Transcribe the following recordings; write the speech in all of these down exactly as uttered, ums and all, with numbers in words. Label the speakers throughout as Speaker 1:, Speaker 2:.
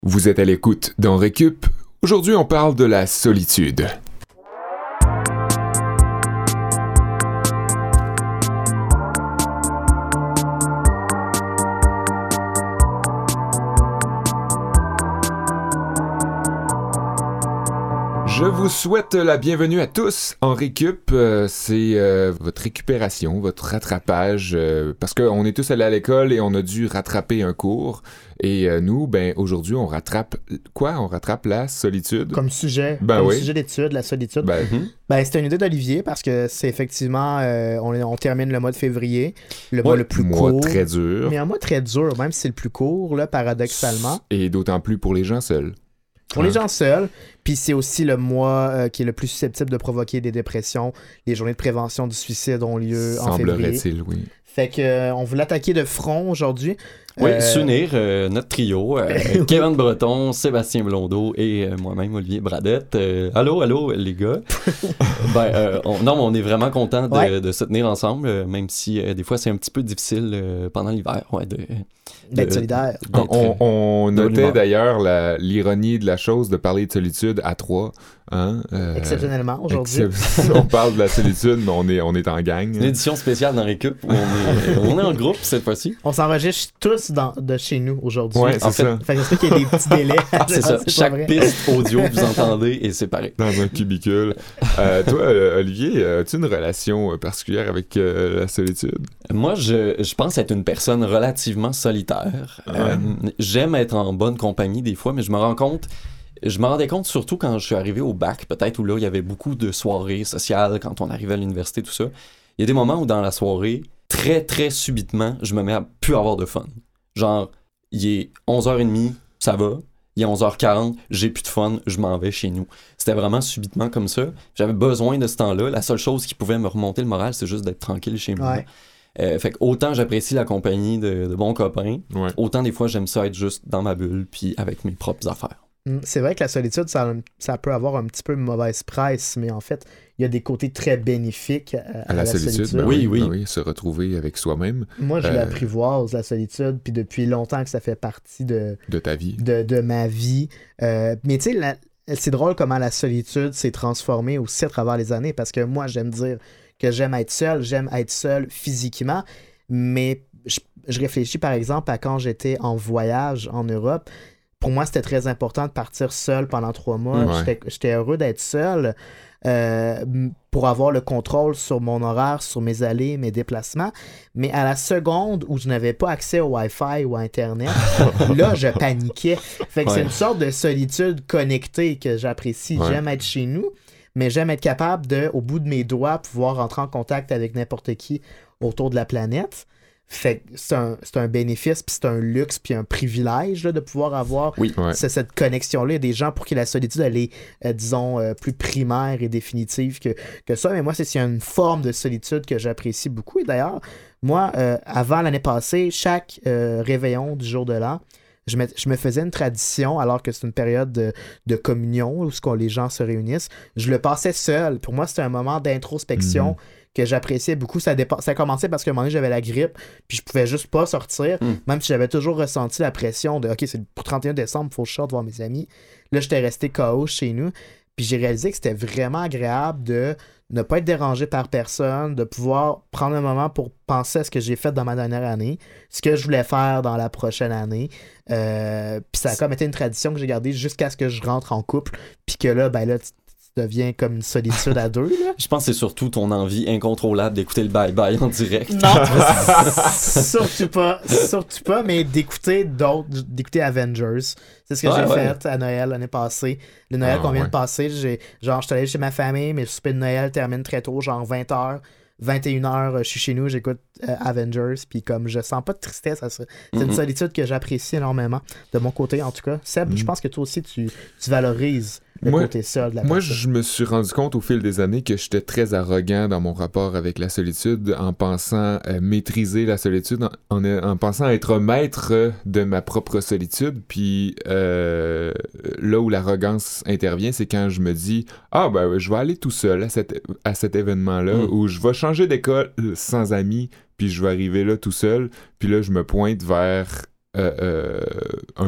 Speaker 1: Vous êtes à l'écoute d'En Récup. Aujourd'hui, on parle de la solitude. Je vous souhaite la bienvenue à tous en Récup. Euh, c'est euh, votre récupération, votre rattrapage, euh, parce qu'on est tous allés à l'école et on a dû rattraper un cours. Et euh, nous, ben aujourd'hui, on rattrape quoi? On rattrape la solitude?
Speaker 2: Comme sujet,
Speaker 1: ben
Speaker 2: comme
Speaker 1: oui.
Speaker 2: sujet d'étude, la solitude.
Speaker 1: Ben,
Speaker 2: mm-hmm. ben c'est une idée d'Olivier parce que c'est effectivement, euh, on, on termine le mois de février, le mois
Speaker 1: ouais,
Speaker 2: le plus
Speaker 1: mois
Speaker 2: court.
Speaker 1: très dur.
Speaker 2: Mais un mois très dur, même si c'est le plus court, là, paradoxalement.
Speaker 1: Et d'autant plus pour les gens seuls.
Speaker 2: Pour
Speaker 1: hein?
Speaker 2: les gens seuls, puis c'est aussi le mois euh, qui est le plus susceptible de provoquer des dépressions. Les journées de prévention du suicide ont lieu en février.
Speaker 1: Semblerait-il, oui.
Speaker 2: Fait que euh, on voulait attaquer de front aujourd'hui.
Speaker 3: Oui,
Speaker 2: euh...
Speaker 3: s'unir euh, notre trio, euh, Kevin Breton, Sébastien Blondeau et euh, moi-même, Olivier Bradette. Euh, allô, allô, les gars. ben, euh, on, non, on est vraiment contents de,
Speaker 2: ouais.
Speaker 3: de se tenir ensemble, euh, même si euh, des fois c'est un petit peu difficile euh, pendant l'hiver. Ouais, de,
Speaker 2: d'être
Speaker 3: de,
Speaker 2: solidaire.
Speaker 1: D'être, on, on notait d'ailleurs la, l'ironie de la chose de parler de solitude à trois. Hein? Euh,
Speaker 2: Exceptionnellement, aujourd'hui.
Speaker 1: Excep- on parle de la solitude, mais on est, on est en gang.
Speaker 3: C'est une édition spéciale dans Récup où on est, on est en groupe cette fois-ci.
Speaker 2: On s'enregistre tous dans, de chez nous aujourd'hui.
Speaker 1: Ouais, c'est
Speaker 2: en fait,
Speaker 1: ça.
Speaker 2: Fait que c'est qu'il y a des petits délais.
Speaker 3: C'est ça.
Speaker 2: C'est
Speaker 3: Chaque piste audio que vous entendez est séparée.
Speaker 1: Dans un cubicule. Euh, toi, euh, Olivier, as-tu une relation particulière avec euh, la solitude?
Speaker 3: Moi, je, je pense être une personne relativement solitaire.
Speaker 1: Ouais.
Speaker 3: Euh, j'aime être en bonne compagnie des fois, mais je me rends compte... Je me rendais compte surtout quand je suis arrivé au bac, peut-être, où là, il y avait beaucoup de soirées sociales, quand on arrivait à l'université, tout ça. Il y a des moments où dans la soirée, très, très subitement, je me mets à plus avoir de fun. Genre, il est onze heures trente, ça va. Il est onze heures quarante, j'ai plus de fun, je m'en vais chez nous. C'était vraiment subitement comme ça. J'avais besoin de ce temps-là. La seule chose qui pouvait me remonter le moral, c'est juste d'être tranquille chez moi.
Speaker 2: Ouais.
Speaker 3: Euh, fait que autant j'apprécie la compagnie de, de bons copains,
Speaker 1: ouais.
Speaker 3: autant des fois j'aime ça être juste dans ma bulle puis avec mes propres affaires.
Speaker 2: C'est vrai que la solitude, ça, ça peut avoir un petit peu une mauvaise presse, mais en fait, il y a des côtés très bénéfiques à, à,
Speaker 1: à la, la solitude. solitude. Ben
Speaker 3: oui, oui.
Speaker 1: Ben oui, se retrouver avec soi-même.
Speaker 2: Moi, je
Speaker 1: euh...
Speaker 2: l'apprivoise, la solitude, puis depuis longtemps que ça fait partie de...
Speaker 1: De ta vie.
Speaker 2: De, de ma vie. Euh, mais tu sais, la... c'est drôle comment la solitude s'est transformée aussi à travers les années, parce que moi, j'aime dire que j'aime être seul, j'aime être seul physiquement, mais je, je réfléchis par exemple à quand j'étais en voyage en Europe. Pour moi, c'était très important de partir seul pendant trois mois. Ouais. J'étais, j'étais heureux d'être seul euh, pour avoir le contrôle sur mon horaire, sur mes allées, mes déplacements. Mais à la seconde où je n'avais pas accès au Wi-Fi ou à Internet, là, je paniquais. Fait que ouais. c'est une sorte de solitude connectée que j'apprécie. Ouais. J'aime être chez nous, mais j'aime être capable de, au bout de mes doigts, pouvoir rentrer en contact avec n'importe qui autour de la planète. Fait que c'est un, c'est un bénéfice, puis c'est un luxe, puis un privilège là, de pouvoir avoir
Speaker 3: oui, ouais.
Speaker 2: c- cette connexion-là. Il y a des gens pour qui la solitude, elle est, euh, disons, euh, plus primaire et définitive que, que ça. Mais moi, c'est, c'est une forme de solitude que j'apprécie beaucoup. Et d'ailleurs, moi, euh, avant l'année passée, chaque euh, réveillon du jour de l'an, je me, je me faisais une tradition, alors que c'est une période de, de communion, où ce qu'on, les gens se réunissent. Je le passais seul. Pour moi, c'était un moment d'introspection. Mm-hmm. Que j'appréciais beaucoup. Ça, dépa- ça a commencé parce qu'à un moment donné, j'avais la grippe, puis je pouvais juste pas sortir, mm. même si j'avais toujours ressenti la pression de « OK, c'est pour trente et un décembre, il faut que je sorte voir mes amis ». Là, j'étais resté K O chez nous, puis j'ai réalisé que c'était vraiment agréable de ne pas être dérangé par personne, de pouvoir prendre un moment pour penser à ce que j'ai fait dans ma dernière année, ce que je voulais faire dans la prochaine année. Euh, puis ça a comme été une tradition que j'ai gardée jusqu'à ce que je rentre en couple, puis que là, ben là, devient comme une solitude à deux. Là.
Speaker 3: Je pense que c'est surtout ton envie incontrôlable d'écouter le bye-bye en direct.
Speaker 2: Non, surtout pas. Surtout pas, mais d'écouter d'autres, d'écouter Avengers. C'est ce que
Speaker 3: ouais,
Speaker 2: j'ai
Speaker 3: ouais.
Speaker 2: fait à Noël l'année passée. Le Noël ah, qu'on vient ouais. de passer, j'ai, genre, je suis allé chez ma famille, mais le souper de Noël termine très tôt, genre vingt heures. vingt et une heures, je suis chez nous, j'écoute euh, Avengers, puis comme je sens pas de tristesse, ça, c'est mm-hmm. une solitude que j'apprécie énormément, de mon côté en tout cas. Seb, mm-hmm. je pense que toi aussi, tu, tu valorises le
Speaker 1: moi,
Speaker 2: côté seul de la
Speaker 1: Moi,
Speaker 2: personne.
Speaker 1: Je me suis rendu compte au fil des années que j'étais très arrogant dans mon rapport avec la solitude, en pensant euh, maîtriser la solitude, en, en, en pensant être maître de ma propre solitude, puis euh, là où l'arrogance intervient, c'est quand je me dis « Ah, ben, je vais aller tout seul à cet, à cet événement-là, mm. où je vais changer d'école sans amis, puis je vais arriver là tout seul, puis là, je me pointe vers euh, euh, un mur. »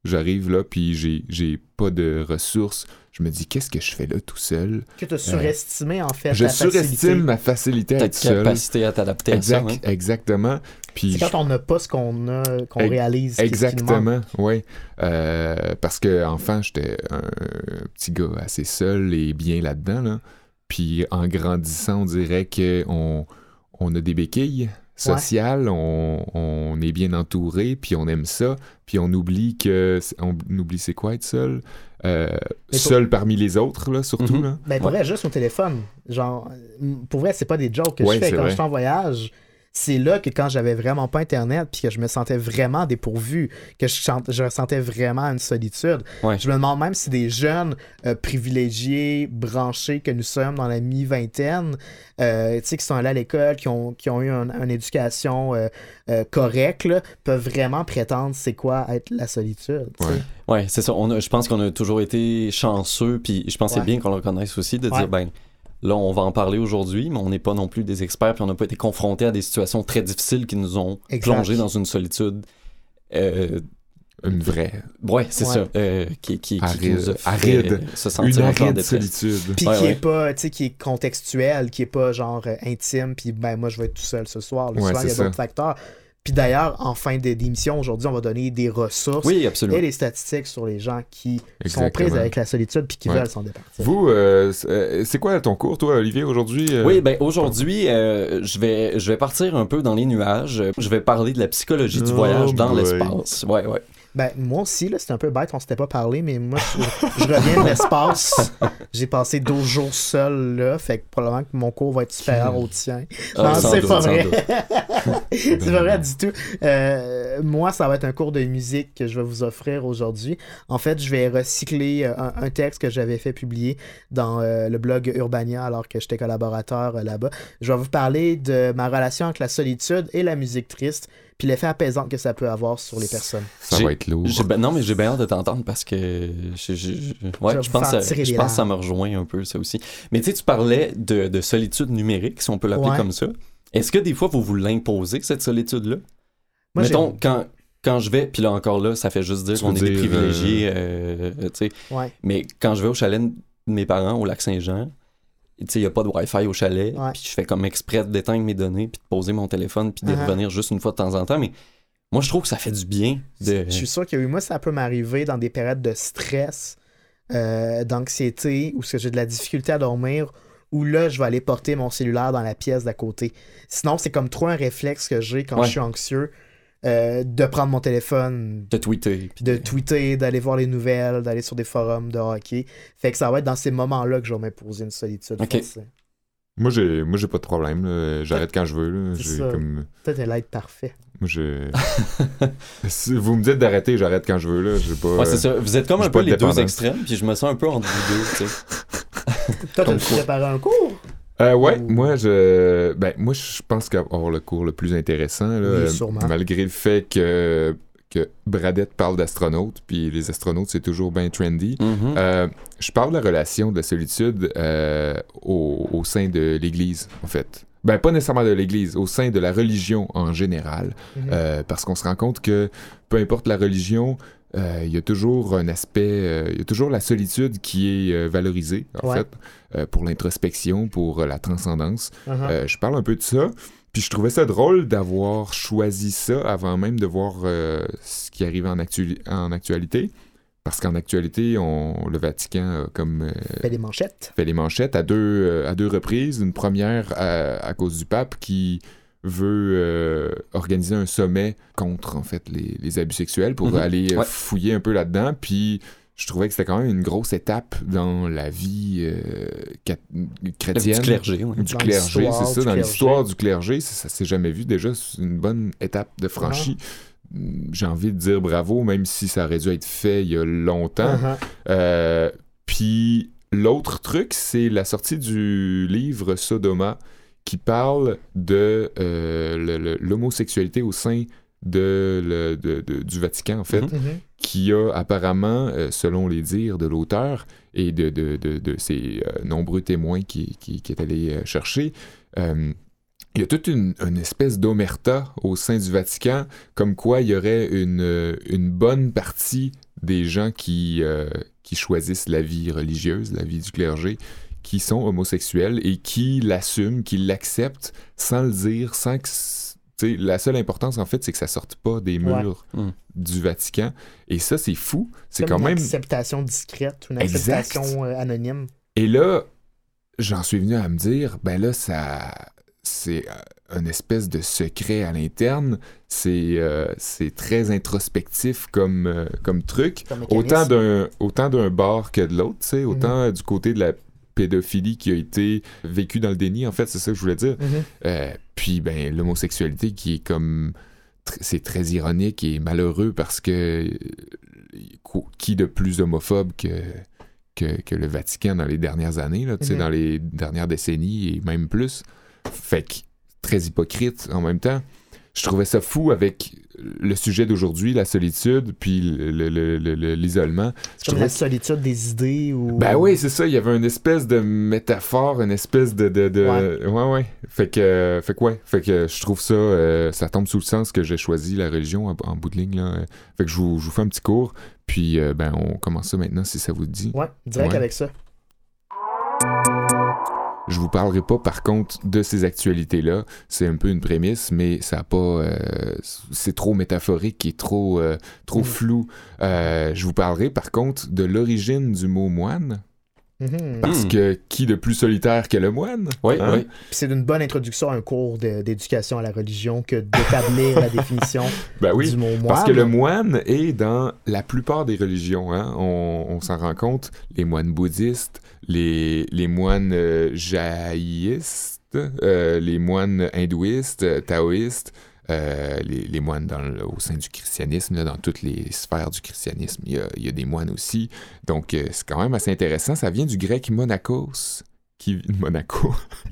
Speaker 1: J'arrive là, puis j'ai, j'ai pas de ressources. Je me dis, qu'est-ce que je fais là tout seul?
Speaker 2: Que tu as surestimé, euh, en fait,
Speaker 1: Je
Speaker 2: ta
Speaker 1: surestime
Speaker 2: facilité.
Speaker 1: ma facilité à être seul.
Speaker 3: Ta capacité à t'adapter
Speaker 1: exact,
Speaker 3: à ça. Hein?
Speaker 1: Exactement. Puis
Speaker 2: C'est quand on n'a pas ce qu'on a, qu'on
Speaker 1: Ex-
Speaker 2: réalise.
Speaker 1: Exactement, oui. Euh, parce que enfant, j'étais un petit gars assez seul et bien là-dedans. Là. Puis en grandissant, on dirait qu'on on a des béquilles sociales, ouais. on, on est bien entouré, puis on aime ça, puis on oublie que on oublie c'est quoi être seul. Euh, seul pour... parmi les autres, là, surtout. Mm-hmm. Là.
Speaker 2: Ben, pour ouais. vrai, juste au téléphone. Genre, pour vrai, c'est pas des jokes que ouais, je fais quand vrai. je suis en voyage. C'est là que quand j'avais vraiment pas Internet puis que je me sentais vraiment dépourvu, que je, chante, je ressentais vraiment une solitude. Ouais. Je me demande même si des jeunes euh, privilégiés, branchés que nous sommes dans la mi-vingtaine, euh, tu sais, qui sont allés à l'école, qui ont, qui ont eu un, une éducation euh, euh, correcte, là, peuvent vraiment prétendre c'est quoi être la solitude.
Speaker 3: Oui, ouais, c'est ça. On a, je pense qu'on a toujours été chanceux, puis je pense que ouais. c'est bien qu'on le reconnaisse aussi, de ouais. dire, ben... Là, on va en parler aujourd'hui, mais on n'est pas non plus des experts, puis on n'a pas été confrontés à des situations très difficiles qui nous ont exact. plongé dans une solitude. Euh,
Speaker 1: une vraie.
Speaker 3: Ouais, c'est ouais. ça. Euh, qui, qui,
Speaker 1: aride,
Speaker 3: qui nous a fait
Speaker 1: aride.
Speaker 3: se sentir
Speaker 1: une
Speaker 3: encore
Speaker 1: aride solitude.
Speaker 2: Puis
Speaker 3: ouais,
Speaker 2: qui
Speaker 3: ouais.
Speaker 2: est pas, tu sais, qui est contextuel, qui est pas genre euh, intime, puis ben moi je vais être tout seul ce soir. Là,
Speaker 1: ouais,
Speaker 2: souvent, il y a
Speaker 1: ça.
Speaker 2: d'autres facteurs. Puis d'ailleurs, en fin d'émission, aujourd'hui, on va donner des ressources
Speaker 3: oui,
Speaker 2: et des statistiques sur les gens qui
Speaker 1: Exactement.
Speaker 2: sont prises avec la solitude puis qui ouais. veulent s'en départir.
Speaker 1: Vous, euh, c'est quoi ton cours, toi, Olivier, aujourd'hui? Euh...
Speaker 3: Oui, ben aujourd'hui, euh, je vais je vais partir un peu dans les nuages. Je vais parler de la psychologie du voyage
Speaker 1: oh
Speaker 3: dans
Speaker 1: boy.
Speaker 3: l'espace. Ouais, ouais.
Speaker 2: Ben, moi aussi, là, c'était un peu bête, on s'était pas parlé, mais moi, je, je reviens de l'espace. J'ai passé douze jours seul, là, fait que probablement que mon cours va être supérieur au tien.
Speaker 3: Ah,
Speaker 2: non, c'est
Speaker 3: doute,
Speaker 2: pas vrai. C'est pas vrai du tout. Euh, moi, ça va être un cours de musique que je vais vous offrir aujourd'hui. En fait, je vais recycler un, un texte que j'avais fait publier dans euh, le blog Urbania alors que j'étais collaborateur euh, là-bas. Je vais vous parler de ma relation avec la solitude et la musique triste, puis l'effet apaisant que ça peut avoir sur les personnes.
Speaker 1: Ça
Speaker 3: j'ai,
Speaker 1: va être lourd.
Speaker 3: J'ai, ben, non, mais j'ai bien hâte de t'entendre parce que je, je, je, ouais, je, pense, ça, je pense que ça me rejoint un peu, ça aussi. Mais tu sais, tu parlais de, de solitude numérique, si on peut l'appeler ouais. comme ça. Est-ce que des fois, vous vous l'imposez, cette solitude-là? Moi, Mettons, j'ai... quand, quand je vais, puis là encore là, ça fait juste dire tu qu'on est dire, des privilégiés, euh... Euh, tu sais.
Speaker 2: Ouais.
Speaker 3: Mais quand je vais au chalet de mes parents, au Lac-Saint-Jean, tu sais, il n'y a pas de Wi-Fi au chalet,
Speaker 2: ouais.
Speaker 3: puis je fais comme exprès d'éteindre mes données, puis de poser mon téléphone, puis de uh-huh. revenir juste une fois de temps en temps, mais moi, je trouve que ça fait du bien. De...
Speaker 2: Je suis sûr que oui, moi, ça peut m'arriver dans des périodes de stress, euh, d'anxiété, où j'ai de la difficulté à dormir, où là, je vais aller porter mon cellulaire dans la pièce d'à côté. Sinon, c'est comme trop un réflexe que j'ai quand ouais. je suis anxieux, euh, de prendre mon téléphone,
Speaker 3: de tweeter,
Speaker 2: puis de tweeter, d'aller voir les nouvelles, d'aller sur des forums de hockey. Fait que ça va être dans ces moments-là que je vais m'imposer une solitude.
Speaker 3: Okay.
Speaker 1: Moi, j'ai, moi, j'ai pas de problème. Là. J'arrête quand je veux. Là. J'ai comme...
Speaker 2: Peut-être elle être parfait.
Speaker 1: Moi, je... si vous me dites d'arrêter, j'arrête quand je veux. Là. J'ai pas,
Speaker 3: ouais, c'est ça. Vous êtes comme un peu les deux extrêmes, puis je me sens un peu entre vous deux. Tu sais.
Speaker 2: Toi, t'as-tu préparé un cours?
Speaker 1: Euh, ouais, Ou... moi, je ben, moi, je pense qu'avoir le cours le plus intéressant, là,
Speaker 2: oui, sûrement.
Speaker 1: Euh, malgré le fait que, que Bradette parle d'astronautes, puis les astronautes, c'est toujours bien trendy,
Speaker 3: mm-hmm.
Speaker 1: euh, je parle de la relation de la solitude euh, au, au sein de l'Église, en fait. Ben, pas nécessairement de l'Église, au sein de la religion en général, mm-hmm. euh, parce qu'on se rend compte que peu importe la religion, il euh, y a toujours un aspect, il euh, y a toujours la solitude qui est euh, valorisée, en
Speaker 2: ouais.
Speaker 1: fait, euh, pour l'introspection, pour euh, la transcendance.
Speaker 2: Uh-huh.
Speaker 1: Euh, je parle un peu de ça, puis je trouvais ça drôle d'avoir choisi ça avant même de voir euh, ce qui arrive en, actu- en actualité, parce qu'en actualité, on, le Vatican a comme... Euh,
Speaker 2: fait les manchettes.
Speaker 1: Fait les manchettes à deux, euh, à deux reprises. Une première à, à cause du pape qui... veut euh, organiser un sommet contre en fait les, les abus sexuels pour mm-hmm. aller euh,
Speaker 3: ouais.
Speaker 1: fouiller un peu là-dedans, puis je trouvais que c'était quand même une grosse étape dans la vie euh, cat- chrétienne.
Speaker 3: Du clergé, ouais.
Speaker 1: Du
Speaker 2: dans
Speaker 1: clergé, c'est ça, dans
Speaker 2: clergé.
Speaker 1: l'histoire du clergé, ça, ça s'est jamais vu déjà, c'est une bonne étape de franchie. Uh-huh. J'ai envie de dire bravo, même si ça aurait dû être fait il y a longtemps.
Speaker 2: Uh-huh.
Speaker 1: Euh, puis l'autre truc, c'est la sortie du livre Sodoma, qui parle de euh, le, le, l'homosexualité au sein de, le, de, de, du Vatican, en fait,
Speaker 2: mm-hmm.
Speaker 1: qui a apparemment, euh, selon les dires de l'auteur et de, de, de, de ses euh, nombreux témoins qui, qui, qui est allé euh, chercher, euh, il y a toute une, une espèce d'omerta au sein du Vatican, comme quoi il y aurait une, une bonne partie des gens qui, euh, qui choisissent la vie religieuse, la vie du clergé, qui sont homosexuels et qui l'assument, qui l'acceptent sans le dire, sans que... T'sais, la seule importance, en fait, c'est que ça sorte pas des murs
Speaker 3: ouais.
Speaker 1: du Vatican. Et ça, c'est fou. C'est
Speaker 2: comme
Speaker 1: quand
Speaker 2: une
Speaker 1: même...
Speaker 2: acceptation discrète, une acceptation euh, anonyme.
Speaker 1: Et là, j'en suis venu à me dire, ben là, ça... c'est une espèce de secret à l'interne. C'est, euh, c'est très introspectif comme, euh, comme truc.
Speaker 2: Comme
Speaker 1: autant d'un, autant d'un bord que de l'autre, tu sais. Autant mm-hmm. du côté de la pédophilie qui a été vécue dans le déni, en fait, c'est ça que je voulais dire.
Speaker 2: Mm-hmm.
Speaker 1: Euh, puis, ben, l'homosexualité qui est comme... Tr- c'est très ironique et malheureux parce que... Qui de plus homophobe que... Que, que le Vatican dans les dernières années, là, tu sais, mm-hmm. dans les dernières décennies et même plus. Fait que très hypocrite en même temps. Je trouvais ça fou avec le sujet d'aujourd'hui, la solitude, puis le, le, le, le, l'isolement.
Speaker 2: C'est comme la solitude des idées ou...
Speaker 1: Ben oui, c'est ça. Il y avait une espèce de métaphore, une espèce de... de, de... Ouais. ouais, ouais. Fait que, fait que, ouais. Fait que je trouve ça... Euh, ça tombe sous le sens que j'ai choisi la religion en, en bout de ligne, là. Fait que je vous, je vous fais un petit cours, puis euh, ben on commence ça maintenant, si ça vous dit.
Speaker 2: Ouais, direct ouais. avec ça.
Speaker 1: Je vous parlerai pas, par contre, de ces actualités-là. C'est un peu une prémisse, mais ça a pas... Euh, c'est trop métaphorique et trop, euh, trop mmh. flou. Euh, je vous parlerai, par contre, de l'origine du mot moine. Mmh. Parce que qui de plus solitaire que le moine?
Speaker 3: Oui,
Speaker 1: hein?
Speaker 3: oui.
Speaker 2: Puis c'est une bonne introduction à un cours de, d'éducation à la religion que d'établir la définition
Speaker 1: ben oui,
Speaker 2: du mot moine.
Speaker 1: Parce que le moine est dans la plupart des religions. Hein? On, on s'en rend compte. Les moines bouddhistes, les, les moines euh, jaïstes, euh, les moines hindouistes, euh, taoïstes, euh, les, les moines dans le, au sein du christianisme, là, dans toutes les sphères du christianisme, il y a, il y a des moines aussi. Donc, euh, c'est quand même assez intéressant. Ça vient du grec monakos, qui Monaco,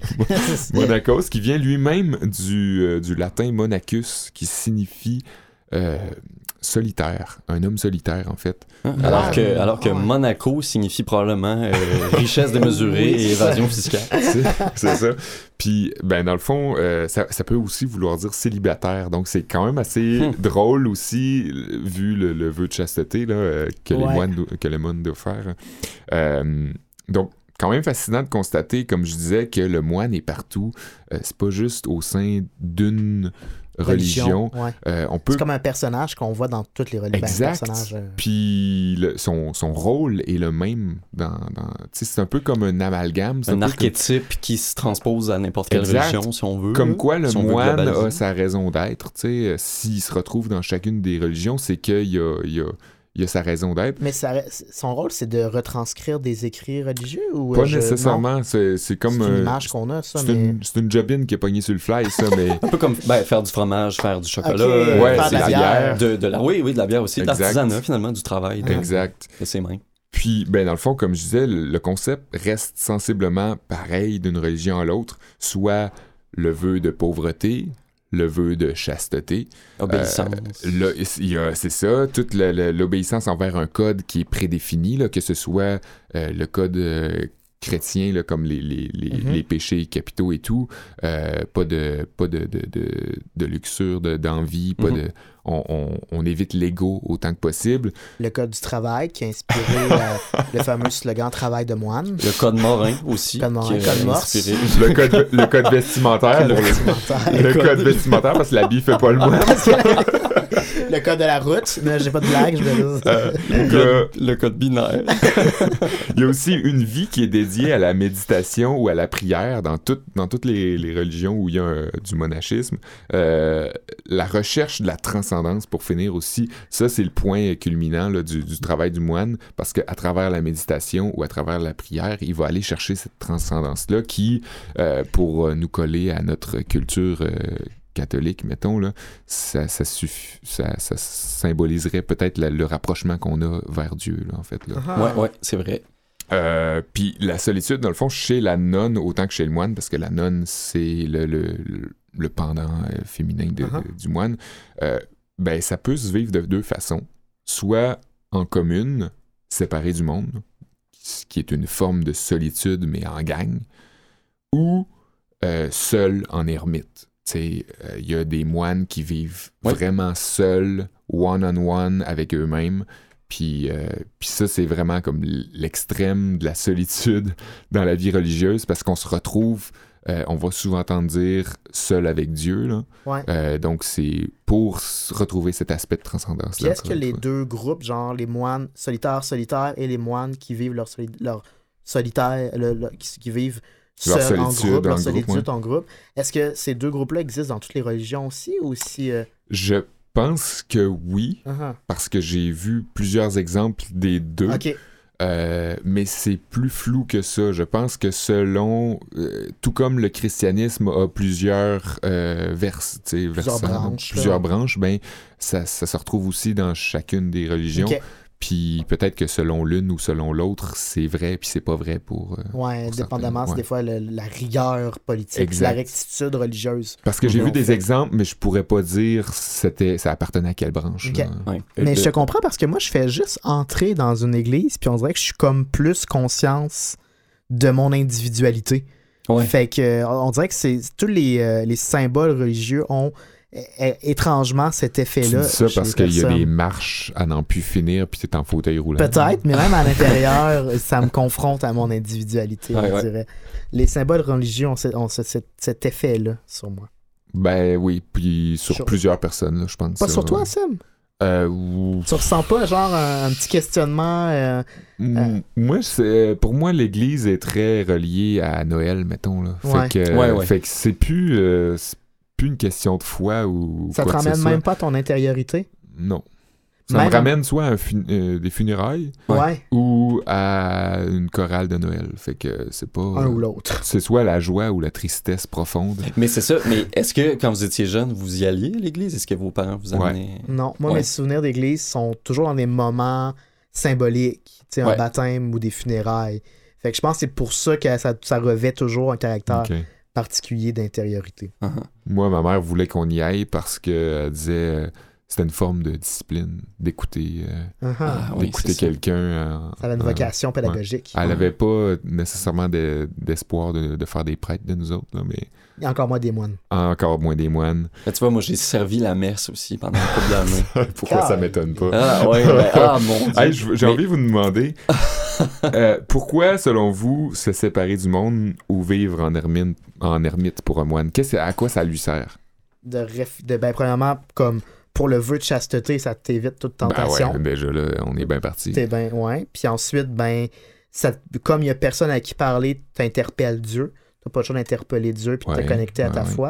Speaker 1: monakos, qui vient lui-même du, euh, du latin monachus, qui signifie euh, solitaire, un homme solitaire en fait.
Speaker 3: Hein? Alors que, alors que Monaco signifie probablement euh, richesse démesurée oui, et évasion fiscale.
Speaker 1: C'est, c'est ça. Puis, ben dans le fond, euh, ça, ça peut aussi vouloir dire célibataire. Donc, c'est quand même assez hmm. drôle aussi, vu le, le vœu de chasteté là, euh, que, ouais. les moines, que les moines doivent faire. Euh, donc, quand même fascinant de constater, comme je disais, que le moine est partout. Euh, c'est pas juste au sein d'une religion.
Speaker 2: religion ouais.
Speaker 1: euh, on peut...
Speaker 2: C'est comme un personnage qu'on voit dans toutes les religions.
Speaker 1: Exact.
Speaker 2: Ben, euh...
Speaker 1: Puis le, son, son rôle est le même. Dans, dans... C'est un peu comme un amalgame.
Speaker 3: C'est un, un archétype
Speaker 1: comme...
Speaker 3: qui se transpose à n'importe quelle exact. religion, si on veut.
Speaker 1: Comme quoi le
Speaker 3: si
Speaker 1: moine a sa raison d'être. T'sais, s'il se retrouve dans chacune des religions, c'est qu'il y a... Il y a il a sa raison d'être.
Speaker 2: Mais ça, son rôle, c'est de retranscrire des écrits religieux ou
Speaker 1: pas
Speaker 2: je...
Speaker 1: nécessairement. C'est, c'est comme.
Speaker 2: C'est une image qu'on a, ça.
Speaker 1: C'est,
Speaker 2: mais...
Speaker 1: une, c'est une jobine qui est pognée sur le fly, ça. Mais...
Speaker 3: Un peu comme ben, faire du fromage, faire du chocolat.
Speaker 2: Okay,
Speaker 1: ouais,
Speaker 2: faire
Speaker 1: c'est
Speaker 2: de la bière.
Speaker 3: De, de la... Oui, oui, de la bière aussi.
Speaker 1: Exact.
Speaker 3: De l'artisanat, finalement, du travail. De,
Speaker 1: exact.
Speaker 3: De ses mains.
Speaker 1: Puis, ben, dans le fond, comme je disais, le concept reste sensiblement pareil d'une religion à l'autre, soit le vœu de pauvreté, le vœu de chasteté.
Speaker 3: Obéissance.
Speaker 1: Euh, là, il y a, c'est ça, toute la, la, l'obéissance envers un code qui est prédéfini, là, que ce soit euh, le code euh, chrétien, là, comme les, les, les, mm-hmm. les péchés capitaux et tout, euh, pas de pas de, de, de, de luxure, de, d'envie, pas mm-hmm. de... On, on, on évite l'ego autant que possible.
Speaker 2: Le code du travail qui a inspiré euh, le fameux slogan « Travail de moine ».
Speaker 3: Le code Morin aussi.
Speaker 2: Code Morin,
Speaker 3: qui
Speaker 2: code Morse.
Speaker 1: Le code, le code vestimentaire.
Speaker 2: Le,
Speaker 1: pour
Speaker 2: vestimentaire.
Speaker 1: Le, le code... code vestimentaire, parce que l'habit fait pas le moine.
Speaker 2: Le code de la route. Mais j'ai pas de blague, je vais dire.
Speaker 1: Euh,
Speaker 3: le, code, le code binaire.
Speaker 1: Il y a aussi une vie qui est dédiée à la méditation ou à la prière dans, tout, dans toutes les, les religions où il y a un, du monachisme. Euh, la recherche de la transcendance, pour finir aussi, ça c'est le point culminant là, du, du travail du moine, parce qu'à travers la méditation ou à travers la prière, il va aller chercher cette transcendance-là qui, euh, pour nous coller à notre culture euh, catholique, mettons, là, ça, ça, suff... ça, ça symboliserait peut-être la, le rapprochement qu'on a vers Dieu, là, en fait. Là.
Speaker 3: Uh-huh. Ouais, ouais, c'est vrai.
Speaker 1: Euh, puis la solitude, dans le fond, chez la nonne autant que chez le moine, parce que la nonne, c'est le, le, le pendant euh, féminin de, uh-huh. de, du moine, euh, ben ça peut se vivre de deux façons. Soit en commune, séparé du monde, ce qui est une forme de solitude, mais en gang, ou euh, seul en ermite. Il euh, y a des moines qui vivent ouais. vraiment seuls, one-on-one avec eux-mêmes, Puis, euh, puis ça, c'est vraiment comme l'extrême de la solitude dans la vie religieuse parce qu'on se retrouve, euh, on va souvent entendre dire seul avec Dieu. Là.
Speaker 2: Ouais.
Speaker 1: Euh, donc, c'est pour retrouver cet aspect de transcendance.
Speaker 2: Puis est-ce que les deux groupes, genre les moines solitaires, solitaires et les moines qui vivent leur, soli- leur solitaire, le, le- qui, qui vivent
Speaker 1: Leur
Speaker 2: seuls en
Speaker 1: solitude
Speaker 2: groupe,
Speaker 1: en
Speaker 2: leur
Speaker 1: groupe,
Speaker 2: solitude
Speaker 1: ouais.
Speaker 2: en groupe, est-ce que ces deux groupes-là existent dans toutes les religions aussi ou si... euh,
Speaker 1: Je pense que oui,
Speaker 2: uh-huh.
Speaker 1: parce que j'ai vu plusieurs exemples des deux.
Speaker 2: OK.
Speaker 1: Euh, mais c'est plus flou que ça. Je pense que selon, euh, tout comme le christianisme a plusieurs euh, vers,
Speaker 2: Plusieurs
Speaker 1: versants,
Speaker 2: branches,
Speaker 1: plusieurs
Speaker 2: là.
Speaker 1: branches, ben ça, ça se retrouve aussi dans chacune des religions.
Speaker 2: OK.
Speaker 1: Puis peut-être que selon l'une ou selon l'autre, c'est vrai puis c'est pas vrai pour. Euh,
Speaker 2: Ouais,
Speaker 1: pour
Speaker 2: dépendamment,
Speaker 1: certains,
Speaker 2: c'est
Speaker 1: ouais.
Speaker 2: des fois le- la rigueur politique,
Speaker 1: Exact.
Speaker 2: la rectitude religieuse.
Speaker 1: Parce que j'ai
Speaker 2: Mais
Speaker 1: vu
Speaker 2: on
Speaker 1: des
Speaker 2: fait-
Speaker 1: exemples, mais je pourrais pas dire c'était ça appartenait à quelle branche.
Speaker 2: Ok.
Speaker 1: là.
Speaker 3: Ouais.
Speaker 2: Mais
Speaker 1: Euh,
Speaker 2: je te comprends parce que moi, je fais juste entrer dans une église, puis on dirait que je suis comme plus conscience de mon individualité.
Speaker 3: Ouais.
Speaker 2: Fait que, euh, on dirait que c'est tous les, euh, les symboles religieux ont euh, euh, étrangement cet
Speaker 1: Tu
Speaker 2: effet-là.
Speaker 1: dis ça
Speaker 2: chez
Speaker 1: parce
Speaker 2: les
Speaker 1: qu'il y a
Speaker 2: personnes.
Speaker 1: des marches à n'en plus finir puis t'es en fauteuil roulant.
Speaker 2: Peut-être, mais même à l'intérieur, ça me confronte à mon individualité,
Speaker 3: Ouais,
Speaker 2: on
Speaker 3: ouais.
Speaker 2: dirait. Les symboles religieux ont, ce- ont ce- cet, cet effet-là sur moi.
Speaker 1: Ben oui, puis sur
Speaker 2: Sur-
Speaker 1: plusieurs personnes, là, je pense.
Speaker 2: Pas
Speaker 1: ça,
Speaker 2: sur toi,
Speaker 1: ouais.
Speaker 2: Sam?
Speaker 1: Euh, ou-
Speaker 2: Tu ressens pas genre un, un petit questionnement euh,
Speaker 1: M- Moi, c'est, pour moi, l'Église est très reliée à Noël, mettons. Là.
Speaker 2: Ouais.
Speaker 1: Fait que,
Speaker 3: Ouais, ouais.
Speaker 1: fait que c'est plus, euh, c'est plus une question de foi ou
Speaker 2: ça te
Speaker 1: quoi que ce
Speaker 2: ramène
Speaker 1: soit.
Speaker 2: même pas à ton intériorité?
Speaker 1: Non. Ça
Speaker 2: Même-
Speaker 1: me ramène soit à un fun- euh, des funérailles
Speaker 3: Ouais.
Speaker 2: Ouais,
Speaker 1: ou à une chorale de Noël. Fait que c'est pas...
Speaker 2: un
Speaker 1: euh,
Speaker 2: ou l'autre.
Speaker 1: C'est soit la joie ou la tristesse profonde.
Speaker 3: Mais c'est ça. Mais est-ce que quand vous étiez jeune, vous y alliez à l'église? Est-ce que vos parents vous
Speaker 1: Ouais.
Speaker 3: amenaient?
Speaker 2: Non, moi,
Speaker 3: Ouais.
Speaker 2: mes souvenirs d'église sont toujours dans des moments symboliques, tu sais, un
Speaker 3: Ouais.
Speaker 2: baptême ou des funérailles. Fait que je pense que c'est pour ça que ça, ça revêt toujours un caractère
Speaker 1: Ok.
Speaker 2: particulier d'intériorité.
Speaker 3: Uh-huh.
Speaker 1: Moi, ma mère voulait qu'on y aille parce qu'elle disait euh, c'était une forme de discipline d'écouter, euh,
Speaker 2: Uh-huh.
Speaker 3: Ah, oui,
Speaker 1: d'écouter
Speaker 3: c'est ça.
Speaker 1: quelqu'un. euh,
Speaker 2: Ça a une
Speaker 1: euh,
Speaker 2: vocation pédagogique.
Speaker 1: Elle n'avait pas nécessairement de- d'espoir de, de faire des prêtres de nous autres, là, mais
Speaker 2: Et encore moins des moines.
Speaker 1: encore moins des moines.
Speaker 3: Mais tu vois, moi, j'ai servi la messe aussi pendant une couple d'années.
Speaker 1: Pourquoi
Speaker 2: Car-
Speaker 1: ça m'étonne pas?
Speaker 3: Ah, ouais, ouais. Ah, mon Dieu.
Speaker 1: Hey, je- j'ai
Speaker 3: Mais-
Speaker 1: envie de vous demander euh, pourquoi, selon vous, se séparer du monde ou vivre en ermite, en ermite pour un moine? Qu'est-ce, à quoi ça lui sert?
Speaker 2: De, ref- de ben, premièrement, comme pour le vœu de chasteté, ça t'évite toute tentation.
Speaker 1: Ben ouais, déjà là, on est bien parti.
Speaker 2: T'es ben, ouais. Puis ensuite, ben, ça, comme il n'y a personne à qui parler, t'interpelles Dieu. T'as pas le choix d'interpeller Dieu puis de
Speaker 1: Ouais,
Speaker 2: te connecter à
Speaker 1: ouais,
Speaker 2: ta
Speaker 1: ouais.
Speaker 2: foi.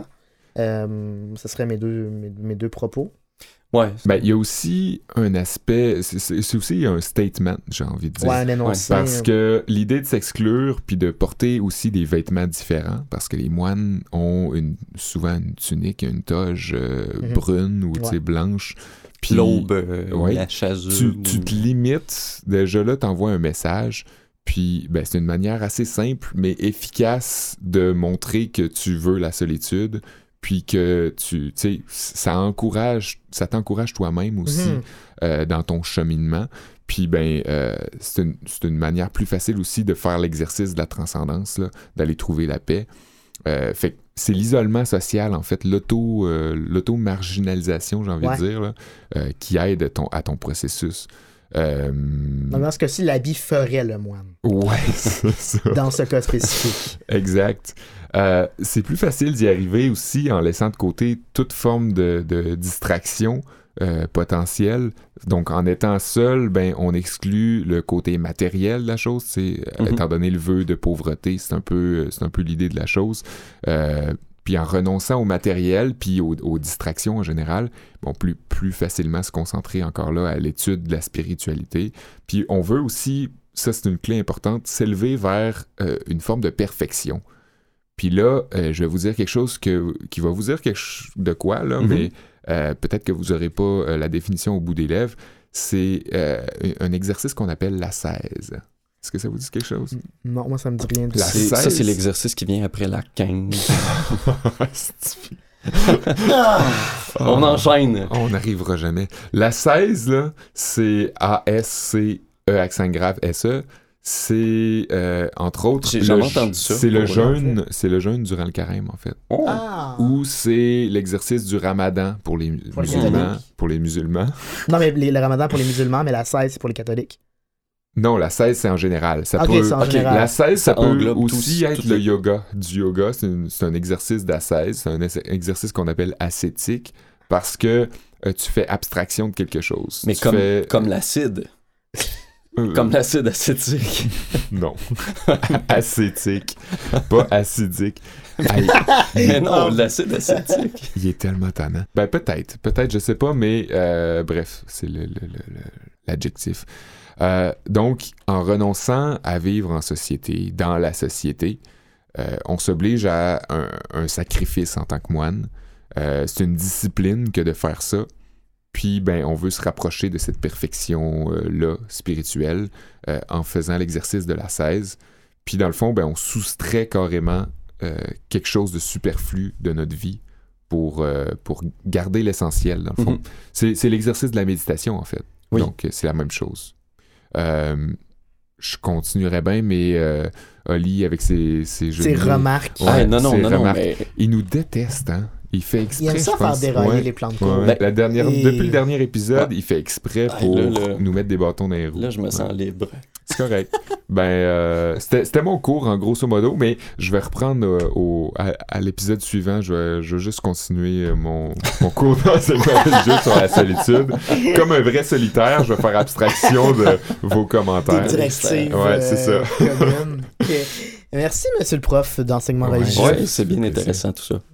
Speaker 2: Euh, ce serait mes deux, mes, mes deux propos.
Speaker 3: Ouais.
Speaker 1: Ben, il y a aussi un aspect, c'est, c'est- c'est aussi un statement, j'ai envie de dire.
Speaker 2: Ouais, un énoncé.
Speaker 1: Parce que l'idée de s'exclure puis de porter aussi des vêtements différents, parce que les moines ont une, souvent une tunique, une toge euh,
Speaker 2: Mhm.
Speaker 1: brune ou tu sais,
Speaker 2: Ouais.
Speaker 1: blanche. Puis
Speaker 3: L'aube, euh,
Speaker 1: ouais,
Speaker 3: la chasure.
Speaker 1: tu, tu te limites, déjà là, t'envoies un message. Puis ben, c'est une manière assez simple, mais efficace de montrer que tu veux la solitude, puis que tu, tu sais, ça encourage, ça t'encourage toi-même aussi
Speaker 2: Mhm.
Speaker 1: euh, dans ton cheminement. Puis ben, euh, c'est une, c'est une manière plus facile aussi de faire l'exercice de la transcendance, là, d'aller trouver la paix. Euh, fait que c'est l'isolement social, en fait, l'auto, euh, l'auto-marginalisation, j'ai envie
Speaker 2: Ouais.
Speaker 1: de dire, là, euh, qui aide ton, à ton processus. Euh,
Speaker 2: Donc, dans ce cas-ci, l'habit ferait le moine.
Speaker 1: Ouais, c'est ça.
Speaker 2: Dans ce cas spécifique.
Speaker 1: Exact. Euh, c'est plus facile d'y arriver aussi en laissant de côté toute forme de, de distraction euh, potentielle. Donc, en étant seul, ben, on exclut le côté matériel de la chose. C'est,
Speaker 3: Mhm.
Speaker 1: étant donné le vœu de pauvreté, c'est un peu, c'est un peu l'idée de la chose. Euh, puis en renonçant au matériel, puis aux, aux distractions en général, on peut plus, plus facilement se concentrer encore là à l'étude de la spiritualité. Puis on veut aussi, ça c'est une clé importante, s'élever vers euh, une forme de perfection. Puis là, euh, je vais vous dire quelque chose que, qui va vous dire quelque chose de quoi, là,
Speaker 3: Mhm.
Speaker 1: mais euh, peut-être que vous n'aurez pas euh, la définition au bout des lèvres. C'est euh, un exercice qu'on appelle l'ascèse. Est-ce que ça vous dit quelque chose?
Speaker 2: Non, moi, ça me dit rien du
Speaker 1: La
Speaker 2: tout.
Speaker 3: C'est- ça,
Speaker 1: seize.
Speaker 3: c'est l'exercice qui vient après la quinze. On enchaîne.
Speaker 1: On n'arrivera jamais. La seize, là, c'est A S C E accent grave S E. C'est, euh, entre autres,
Speaker 3: J'ai
Speaker 1: le
Speaker 3: jamais
Speaker 1: je-
Speaker 3: entendu ça,
Speaker 1: c'est le
Speaker 3: pour vrai.
Speaker 1: jeûne, c'est le jeûne durant le carême, en fait.
Speaker 3: Oh.
Speaker 2: Ah!
Speaker 1: Ou c'est l'exercice du ramadan pour les
Speaker 2: Pour les
Speaker 1: musulmans.
Speaker 2: catholiques.
Speaker 1: Pour les musulmans.
Speaker 2: Non, mais les- le ramadan pour les musulmans, mais la seize, c'est pour les catholiques.
Speaker 1: Non, la seize, c'est en général. Ça
Speaker 2: Ok,
Speaker 1: peut...
Speaker 2: c'est en
Speaker 1: ok,
Speaker 2: général.
Speaker 1: La seize, ça,
Speaker 3: Ça
Speaker 1: peut
Speaker 3: englobe
Speaker 1: aussi
Speaker 3: tous-
Speaker 1: être
Speaker 3: toutes
Speaker 1: le
Speaker 3: les-
Speaker 1: yoga. Du yoga, c'est, une- c'est un exercice d'ascèse. C'est un es- exercice qu'on appelle ascétique parce que euh, tu fais abstraction de quelque chose.
Speaker 3: Mais
Speaker 1: Tu
Speaker 3: comme,
Speaker 1: fais-
Speaker 3: comme l'acide.
Speaker 1: euh,
Speaker 3: Comme l'acide acétique.
Speaker 1: Non. Ascétique. Pas acidique. Aïe,
Speaker 3: Mais non, l'acide acétique.
Speaker 1: il est tellement tannant. Ben peut-être. Peut-être, je sais pas, mais euh, bref, c'est le, le- le- le- l'adjectif. Euh, donc, en renonçant à vivre en société, dans la société, euh, on s'oblige à un, un sacrifice en tant que moine. Euh, c'est une discipline que de faire ça. Puis, ben, on veut se rapprocher de cette perfection-là spirituelle euh, en faisant l'exercice de l'ascèse. Puis, dans le fond, ben, on soustrait carrément euh, quelque chose de superflu de notre vie pour, euh, pour garder l'essentiel, dans le fond.
Speaker 3: Mhm.
Speaker 1: C'est, c'est l'exercice de la méditation, en fait.
Speaker 3: Oui.
Speaker 1: Donc, euh, c'est la même chose. Euh, je continuerais bien, mais euh, Oli, avec ses, ses jeux
Speaker 2: C'est
Speaker 1: de mots,
Speaker 2: remarque.
Speaker 1: Ouais,
Speaker 3: Ah, non, non,
Speaker 1: c'est
Speaker 3: non, non,
Speaker 1: remarque.
Speaker 3: mais
Speaker 1: il nous déteste, hein? Il fait exprès,
Speaker 2: Il aime ça
Speaker 1: je
Speaker 2: faire
Speaker 1: pense.
Speaker 2: dérailler
Speaker 1: Ouais.
Speaker 2: les plans de
Speaker 1: Ouais,
Speaker 2: cours.
Speaker 1: ouais.
Speaker 3: Ben,
Speaker 1: La dernière,
Speaker 2: et-
Speaker 1: Depuis le dernier épisode, il fait exprès
Speaker 3: Ah,
Speaker 1: pour
Speaker 3: là, là.
Speaker 1: nous mettre des bâtons dans les roues.
Speaker 3: là, je me sens libre.
Speaker 1: C'est correct. ben, euh, c'était, c'était mon cours, en grosso modo, mais je vais reprendre euh, au, à, à l'épisode suivant. Je vais, je vais juste continuer euh, mon, mon cours d'enseignement religieux sur la solitude. Comme un vrai solitaire, je vais faire abstraction de vos commentaires.
Speaker 2: Des directives
Speaker 1: Ouais, c'est ça.
Speaker 2: euh, communes. Ok. Merci, monsieur le prof d'enseignement
Speaker 1: Ouais.
Speaker 2: religieux.
Speaker 3: Ouais, c'est bien intéressant tout ça.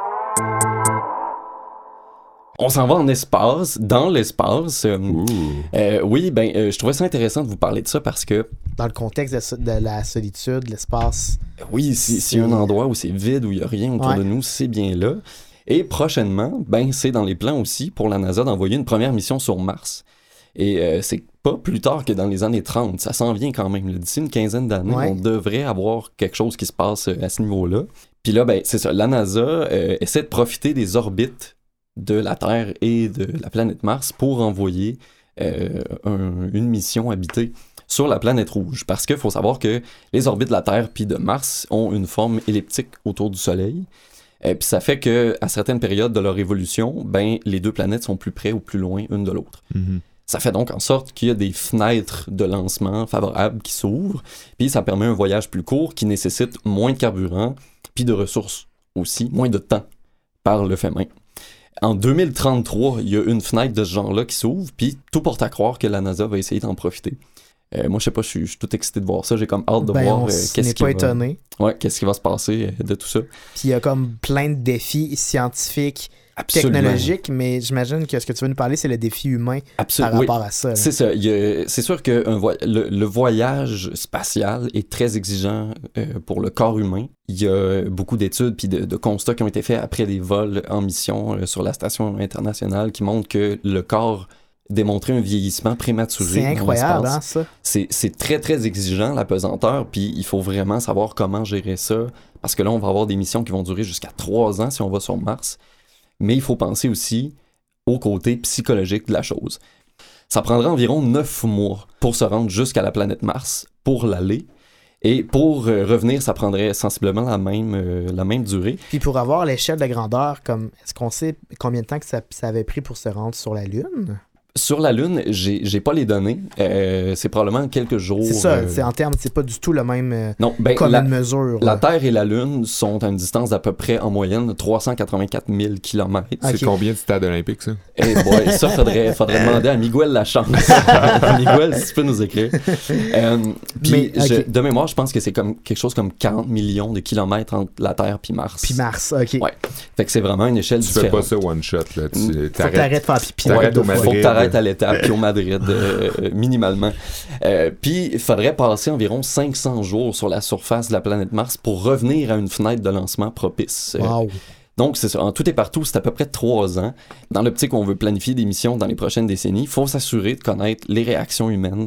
Speaker 3: On s'en va en espace, dans l'espace. Euh,
Speaker 1: Ouh.
Speaker 3: euh, oui, ben, euh, je trouvais ça intéressant de vous parler de ça parce que,
Speaker 2: Dans le contexte de, so- de la solitude, l'espace.
Speaker 3: oui, si- s'il y a un endroit où c'est vide, où il n'y a rien autour
Speaker 2: Ouais.
Speaker 3: de nous, c'est bien là. Et prochainement, ben, c'est dans les plans aussi pour la NASA d'envoyer une première mission sur Mars. Et euh, c'est pas plus tard que dans les années trente, ça s'en vient quand même. là. D'ici une quinzaine d'années,
Speaker 2: Ouais.
Speaker 3: on devrait avoir quelque chose qui se passe euh, à ce niveau-là. Puis là, ben, c'est ça, la NASA euh, essaie de profiter des orbites de la Terre et de la planète Mars pour envoyer euh, un- une mission habitée sur la planète rouge. Parce qu'il faut savoir que les orbites de la Terre puis de Mars ont une forme elliptique autour du Soleil. Euh, puis ça fait que à certaines périodes de leur évolution, ben, les deux planètes sont plus près ou plus loin une de l'autre.
Speaker 1: Mhm.
Speaker 3: Ça fait donc en sorte qu'il y a des fenêtres de lancement favorables qui s'ouvrent, puis ça permet un voyage plus court qui nécessite moins de carburant, puis de ressources aussi, moins de temps par le fait même. En deux mille trente-trois, il y a une fenêtre de ce genre-là qui s'ouvre, puis tout porte à croire que la NASA va essayer d'en profiter. Euh, moi, je sais pas, je suis, je suis tout excité de voir ça. J'ai comme hâte de
Speaker 2: Ben,
Speaker 3: voir
Speaker 2: on
Speaker 3: euh,
Speaker 2: s-
Speaker 3: qu'est-ce
Speaker 2: n'est
Speaker 3: qui
Speaker 2: pas
Speaker 3: va...
Speaker 2: étonné.
Speaker 3: Ouais, qu'est-ce qui va se passer euh, de tout ça.
Speaker 2: Puis il y a comme plein de défis scientifiques,
Speaker 3: Absolument.
Speaker 2: technologiques, mais j'imagine que ce que tu veux nous parler, c'est le défi humain
Speaker 3: Absolument.
Speaker 2: par
Speaker 3: Oui.
Speaker 2: rapport à ça. là.
Speaker 3: C'est ça. Il y a- C'est sûr que un voy- le, le voyage spatial est très exigeant euh, pour le corps humain. Il y a beaucoup d'études puis de, de constats qui ont été faits après des vols en mission euh, sur la station internationale qui montrent que le corps démontrait un vieillissement prématuré.
Speaker 2: C'est
Speaker 3: dans
Speaker 2: incroyable,
Speaker 3: l'espace.
Speaker 2: hein, ça.
Speaker 3: C'est, c'est très, très exigeant, la pesanteur, puis il faut vraiment savoir comment gérer ça, parce que là, on va avoir des missions qui vont durer jusqu'à trois ans si on va sur Mars. Mais il faut penser aussi au côté psychologique de la chose. Ça prendra environ neuf mois pour se rendre jusqu'à la planète Mars, pour l'aller. Et pour euh, revenir, ça prendrait sensiblement la même, euh, la même durée.
Speaker 2: Puis pour avoir l'échelle de grandeur, comme est-ce qu'on sait combien de temps que ça, ça avait pris pour se rendre sur la Lune?
Speaker 3: Sur la Lune, j'ai, j'ai pas les données. Euh, c'est probablement quelques jours.
Speaker 2: C'est ça,
Speaker 3: euh,
Speaker 2: c'est en termes, c'est pas du tout le même euh,
Speaker 3: Non, ben,
Speaker 2: commune
Speaker 3: la,
Speaker 2: mesure.
Speaker 3: la
Speaker 2: là.
Speaker 3: Terre et la Lune sont à une distance d'à peu près, en moyenne, trois cent quatre-vingt-quatre mille kilomètres.
Speaker 2: Ok.
Speaker 1: C'est combien de stades olympiques, ça?
Speaker 3: Et boy, ça, faudrait, faudrait demander à Miguel Lachance. Miguel, si tu peux nous écrire. Euh, Puis,
Speaker 2: Mais, ok.
Speaker 3: je- de mémoire, je pense que c'est comme quelque chose comme quarante millions de kilomètres entre la Terre puis Mars.
Speaker 2: Puis Mars, ok.
Speaker 3: Ouais. Fait que c'est vraiment une échelle
Speaker 1: Tu fais
Speaker 3: différente.
Speaker 1: pas ça one shot, là. Tu
Speaker 2: Faut que
Speaker 1: t'arrêtes.
Speaker 2: t'arrêtes de faire pipi.
Speaker 1: T'arrêtes
Speaker 2: deux
Speaker 1: au
Speaker 2: fois.
Speaker 1: Madrid.
Speaker 3: Faut que t'arrêtes à l'étape, puis au Madrid, euh, minimalement. Euh, puis, il faudrait passer environ cinq cents jours sur la surface de la planète Mars pour revenir à une fenêtre de lancement propice. Euh,
Speaker 2: Wow.
Speaker 3: Donc, c'est ça. En tout et partout, c'est à peu près trois ans. Dans l'optique où on veut planifier des missions dans les prochaines décennies, il faut s'assurer de connaître les réactions humaines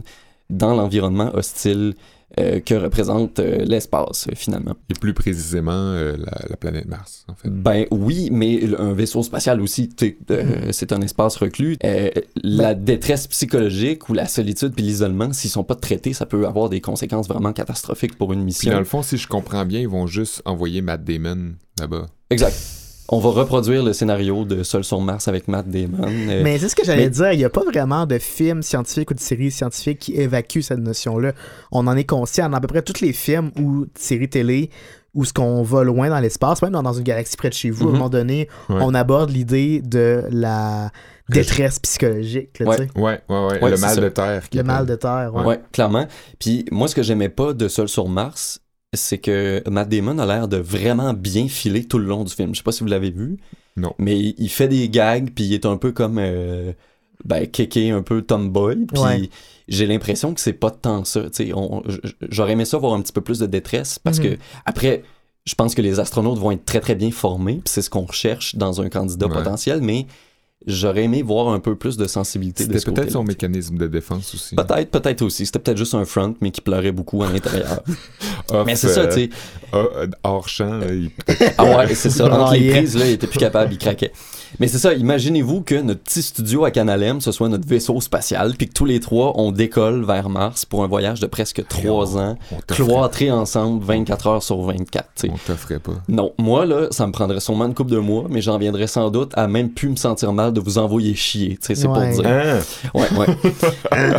Speaker 3: dans l'environnement hostile euh, que représente euh, l'espace, euh, finalement.
Speaker 1: Et plus précisément, euh, la, la planète Mars, en fait.
Speaker 3: Ben oui, mais un vaisseau spatial aussi, euh, c'est un espace reclus. Euh, la détresse psychologique ou la solitude puis l'isolement, s'ils sont pas traités, ça peut avoir des conséquences vraiment catastrophiques pour une mission.
Speaker 1: Puis dans le fond, si je comprends bien, ils vont juste envoyer Matt Damon là-bas.
Speaker 3: Exact. On va reproduire le scénario de Seul sur Mars avec Matt Damon. Euh,
Speaker 2: mais c'est ce que j'allais
Speaker 3: mais...
Speaker 2: dire. Il n'y a pas vraiment de film scientifique ou de série scientifique qui évacue cette notion-là. On en est conscient dans à peu près tous les films ou séries télé où ce qu'on va loin dans l'espace, même dans, dans une galaxie près de chez vous, mm-hmm. à un moment donné, ouais. on aborde l'idée de la détresse psychologique. Là,
Speaker 1: ouais. ouais, ouais, ouais, ouais. Le mal ça. de terre.
Speaker 2: Le mal de terre, ouais.
Speaker 3: Ouais, clairement. Puis moi, ce que j'aimais pas de Seul sur Mars, c'est que Matt Damon a l'air de vraiment bien filer tout le long du film. Je sais pas si vous l'avez vu.
Speaker 1: Non.
Speaker 3: Mais il fait des gags, puis il est un peu comme... Euh, ben, kéké, un peu tomboy. Puis ouais. j'ai l'impression que c'est pas tant ça. T'sais, on, j'aurais aimé ça voir un petit peu plus de détresse, parce mm-hmm. que après, je pense que les astronautes vont être très, très bien formés, puis c'est ce qu'on recherche dans un candidat ouais. potentiel, mais... J'aurais aimé voir un peu plus de sensibilité
Speaker 1: C'était
Speaker 3: de ce côté-là.
Speaker 1: peut-être son mécanisme de défense aussi.
Speaker 3: Peut-être, peut-être aussi. C'était peut-être juste un front, mais qui pleurait beaucoup à l'intérieur. Off, mais c'est ça, tu sais.
Speaker 1: Euh, hors champ, là, il...
Speaker 3: Ah ouais, c'est ça. Entre les prises, là, il était plus capable, il craquait. Mais c'est ça, imaginez-vous que notre petit studio à Canal M, ce soit notre vaisseau spatial, puis que tous les trois, on décolle vers Mars pour un voyage de presque trois ans, cloîtrés ensemble vingt-quatre heures sur vingt-quatre. T'sais.
Speaker 1: On t'offrait pas.
Speaker 3: Non, moi, là, ça me prendrait sûrement une couple de mois, mais j'en viendrais sans doute à même plus me sentir mal de vous envoyer chier, tu sais, c'est
Speaker 2: ouais.
Speaker 3: pour dire.
Speaker 1: Hein?
Speaker 3: Ouais, ouais.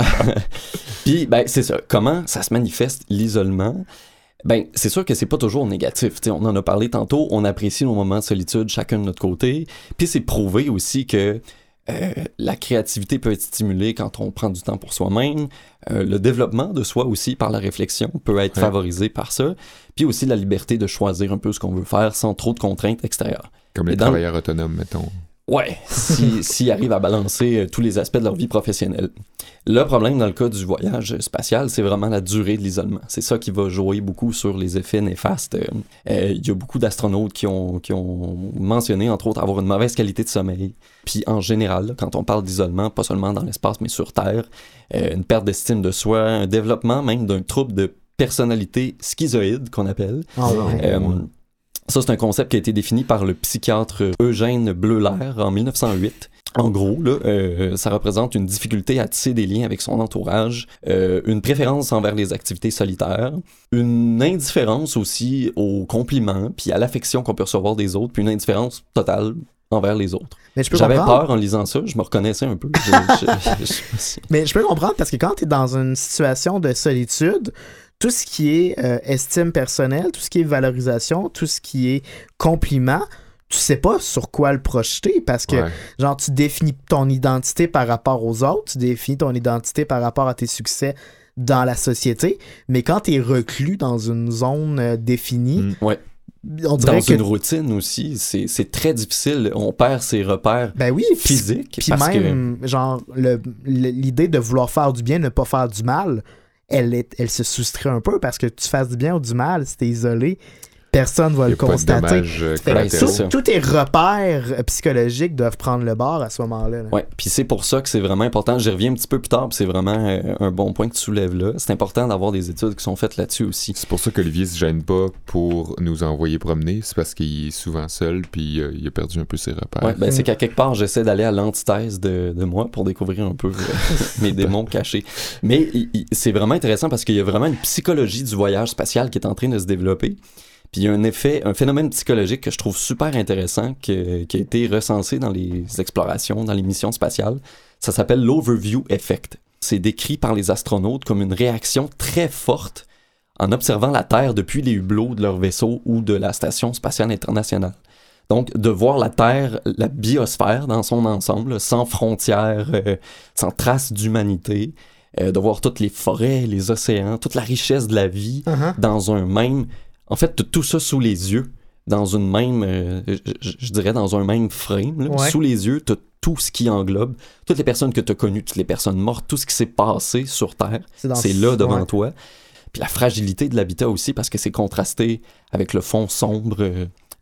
Speaker 3: Puis, ben, c'est ça. Comment ça se manifeste, l'isolement? Ben, c'est sûr que c'est pas toujours négatif. T'sais, on en a parlé tantôt, on apprécie nos moments de solitude chacun de notre côté. Puis c'est prouvé aussi que euh, la créativité peut être stimulée quand on prend du temps pour soi-même. Euh, le développement de soi aussi par la réflexion peut être ouais. favorisé par ça. Puis aussi la liberté de choisir un peu ce qu'on veut faire sans trop de contraintes extérieures.
Speaker 1: Comme les
Speaker 3: Et dans...
Speaker 1: travailleurs autonomes, mettons.
Speaker 3: Ouais, s'ils si arrivent à balancer euh, tous les aspects de leur vie professionnelle. Le problème dans le cas du voyage spatial, c'est vraiment la durée de l'isolement. C'est ça qui va jouer beaucoup sur les effets néfastes. Il euh, euh, y a beaucoup d'astronautes qui ont, qui ont mentionné, entre autres, avoir une mauvaise qualité de sommeil. Puis en général, là, quand on parle d'isolement, pas seulement dans l'espace, mais sur Terre, euh, une perte d'estime de soi, un développement même d'un trouble de personnalité schizoïde, qu'on appelle.
Speaker 2: Oh, ouais.
Speaker 3: euh, Ça, c'est un concept qui a été défini par le psychiatre Eugène Bleuler en mille neuf cent huit. En gros, là, euh, ça représente une difficulté à tisser des liens avec son entourage, euh, une préférence envers les activités solitaires, une indifférence aussi aux compliments, puis à l'affection qu'on peut recevoir des autres, puis une indifférence totale envers les autres.
Speaker 2: Mais je peux
Speaker 3: J'avais
Speaker 2: comprendre.
Speaker 3: peur en lisant ça, je me reconnaissais un peu. Je, je, je, je, je...
Speaker 2: Mais je peux comprendre parce que quand tu es dans une situation de solitude, tout ce qui est euh, estime personnelle, tout ce qui est valorisation, tout ce qui est compliment, tu sais pas sur quoi le projeter parce que, ouais. genre, tu définis ton identité par rapport aux autres, tu définis ton identité par rapport à tes succès dans la société, mais quand tu es reclus dans une zone euh, définie,
Speaker 3: mmh, ouais.
Speaker 2: on dirait
Speaker 3: dans
Speaker 2: que...
Speaker 3: une routine aussi, c'est, c'est très difficile. On perd ses repères
Speaker 2: ben oui,
Speaker 3: physiques.
Speaker 2: Puis même, que... genre, le, le, l'idée de vouloir faire du bien, ne pas faire du mal, Elle, est, elle se soustrait un peu parce que tu fasses du bien ou du mal, si t'es isolé, personne va le constater.
Speaker 3: Ben,
Speaker 2: tout, tous tes repères psychologiques doivent prendre le bord à ce moment-là. Là.
Speaker 3: Ouais, puis c'est pour ça que c'est vraiment important. J'y reviens un petit peu plus tard, puis c'est vraiment euh, un bon point que tu soulèves là. C'est important d'avoir des études qui sont faites là-dessus aussi.
Speaker 1: C'est pour ça qu'Olivier se gêne pas pour nous envoyer promener. C'est parce qu'il est souvent seul, puis euh, il a perdu un peu ses repères.
Speaker 3: Ouais, ben mm. c'est qu'à quelque part, j'essaie d'aller à l'antithèse de, de moi pour découvrir un peu euh, mes démons cachés. Mais il, il, c'est vraiment intéressant parce qu'il y a vraiment une psychologie du voyage spatial qui est en train de se développer. Puis il y a un effet, un phénomène psychologique que je trouve super intéressant que, qui a été recensé dans les explorations, dans les missions spatiales. Ça s'appelle l'Overview Effect. C'est décrit par les astronautes comme une réaction très forte en observant la Terre depuis les hublots de leur vaisseau ou de la Station spatiale internationale. Donc, de voir la Terre, la biosphère dans son ensemble, sans frontières, euh, sans traces d'humanité, euh, de voir toutes les forêts, les océans, toute la richesse de la vie uh-huh. dans un même... En fait, tout ça sous les yeux, dans une même, euh, je, je dirais dans un même frame, là, ouais. sous les yeux, t'as tout ce qui englobe, toutes les personnes que t'as connues, toutes les personnes mortes, tout ce qui s'est passé sur Terre, c'est, c'est là devant ouais. toi. Puis la fragilité de l'habitat aussi, parce que c'est contrasté avec le fond sombre euh,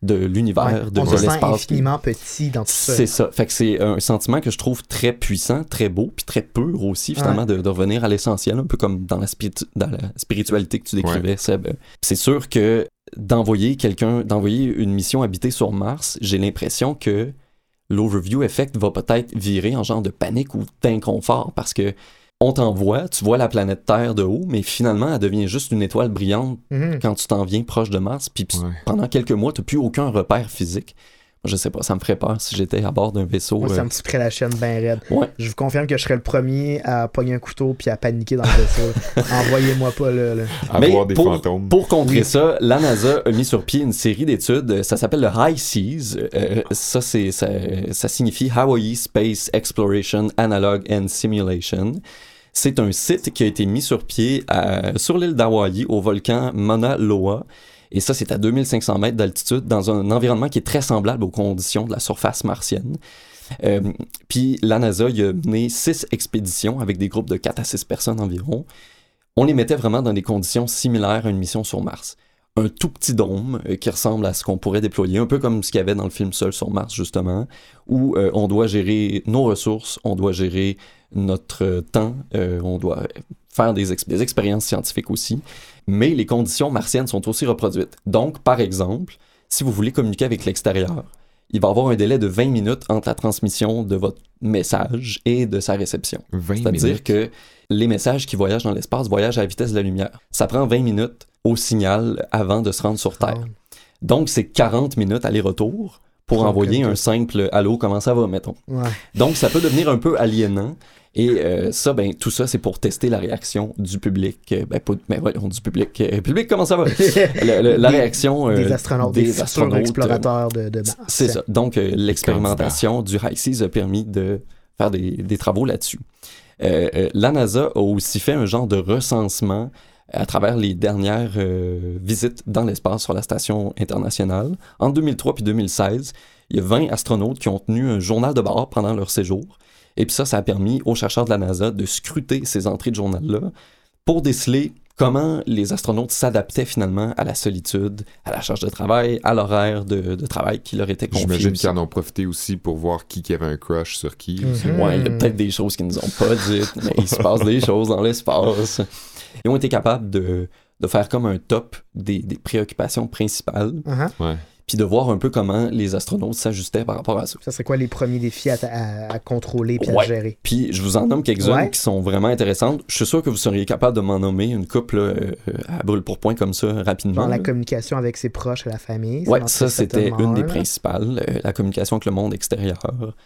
Speaker 3: de l'univers,
Speaker 2: Ouais,
Speaker 3: de,
Speaker 2: on
Speaker 3: de
Speaker 2: se sent
Speaker 3: l'espace.
Speaker 2: infiniment petit dans tout ça.
Speaker 3: C'est ça. Fait que c'est un sentiment que je trouve très puissant, très beau, puis très pur aussi, finalement, ouais. de, de revenir à l'essentiel, un peu comme dans la, spiritu- dans la spiritualité que tu décrivais, ouais. Seb. C'est sûr que d'envoyer quelqu'un, d'envoyer une mission habitée sur Mars, j'ai l'impression que l'overview effect va peut-être virer en genre de panique ou d'inconfort, parce que on t'envoie, tu vois la planète Terre de haut, mais finalement, elle devient juste une étoile brillante mm-hmm. quand tu t'en viens proche de Mars, puis ouais. pendant quelques mois, tu n'as plus aucun repère physique. Je sais pas, ça me ferait peur si j'étais à bord d'un vaisseau.
Speaker 2: Moi,
Speaker 3: euh...
Speaker 2: ça me tiperait la chaîne bien raide.
Speaker 3: Ouais.
Speaker 2: Je vous confirme que je serais le premier à pogner un couteau puis à paniquer dans le vaisseau. Envoyez-moi pas là. là.
Speaker 1: Avoir des
Speaker 3: pour,
Speaker 1: fantômes.
Speaker 3: Pour contrer oui. ça, la NASA a mis sur pied une série d'études. Ça s'appelle le High Seas. Euh, ça, c'est, ça, ça signifie Hawaii Space Exploration Analog and Simulation. C'est un site qui a été mis sur pied à, sur l'île d'Hawaï, au volcan Mauna Loa. Et ça, c'est à deux mille cinq cents mètres d'altitude, dans un environnement qui est très semblable aux conditions de la surface martienne. Euh, puis la NASA y a mené six expéditions avec des groupes de quatre à six personnes environ. On les mettait vraiment dans des conditions similaires à une mission sur Mars. Un tout petit dôme euh, qui ressemble à ce qu'on pourrait déployer, un peu comme ce qu'il y avait dans le film Seul sur Mars, justement, où euh, on doit gérer nos ressources, on doit gérer notre temps, euh, on doit faire des, ex- des expériences scientifiques aussi, mais les conditions martiennes sont aussi reproduites. Donc, par exemple, si vous voulez communiquer avec l'extérieur, il va y avoir un délai de vingt minutes entre la transmission de votre message et de sa réception.
Speaker 1: vingt
Speaker 3: C'est-à-dire
Speaker 1: minutes.
Speaker 3: que les messages qui voyagent dans l'espace voyagent à la vitesse de la lumière. Ça prend vingt minutes au signal avant de se rendre sur Terre. Oh. Donc, c'est quarante minutes aller-retour pour oh, envoyer un simple « Allô, comment ça va ?» mettons. Ouais. Donc, ça peut devenir un peu aliénant. Et euh, ça, ben, tout ça, c'est pour tester la réaction du public. Ben, pas, ben, ouais, du public. Euh, public, comment ça va? le, le, la
Speaker 2: des,
Speaker 3: réaction euh,
Speaker 2: des astronautes, des, des astronautes explorateurs
Speaker 3: euh,
Speaker 2: de, de Mars.
Speaker 3: C'est ça. Donc, euh, l'expérimentation du High Seas a permis de faire des, des travaux là-dessus. Euh, euh, la NASA a aussi fait un genre de recensement à travers les dernières euh, visites dans l'espace sur la station internationale. En deux mille trois puis deux mille seize, il y a vingt astronautes qui ont tenu un journal de bord pendant leur séjour. Et puis ça, ça a permis aux chercheurs de la NASA de scruter ces entrées de journal-là pour déceler comment les astronautes s'adaptaient finalement à la solitude, à la charge de travail, à l'horaire de, de travail qui leur était confié.
Speaker 1: J'imagine qu'ils en ont profité aussi pour voir qui, qui avait un crush sur qui.
Speaker 3: Mm-hmm. Ouais, il y a peut-être des choses qu'ils nous ont pas dites, mais il se passe des choses dans l'espace. Ils ont été capables de, de faire comme un top des, des préoccupations principales.
Speaker 2: Uh-huh.
Speaker 1: Ouais.
Speaker 3: Puis de voir un peu comment les astronautes s'ajustaient par rapport à ça.
Speaker 2: Ça serait quoi les premiers défis à, à, à contrôler puis
Speaker 3: ouais.
Speaker 2: à gérer?
Speaker 3: Puis je vous en nomme quelques-unes
Speaker 2: ouais.
Speaker 3: qui sont vraiment intéressantes. Je suis sûr que vous seriez capable de m'en nommer une couple euh, à brûle pour point comme ça, rapidement.
Speaker 2: Genre la
Speaker 3: là.
Speaker 2: communication avec ses proches et la famille.
Speaker 3: Ouais, ça, c'était une
Speaker 2: un,
Speaker 3: des
Speaker 2: là.
Speaker 3: principales. Euh, la communication avec le monde extérieur.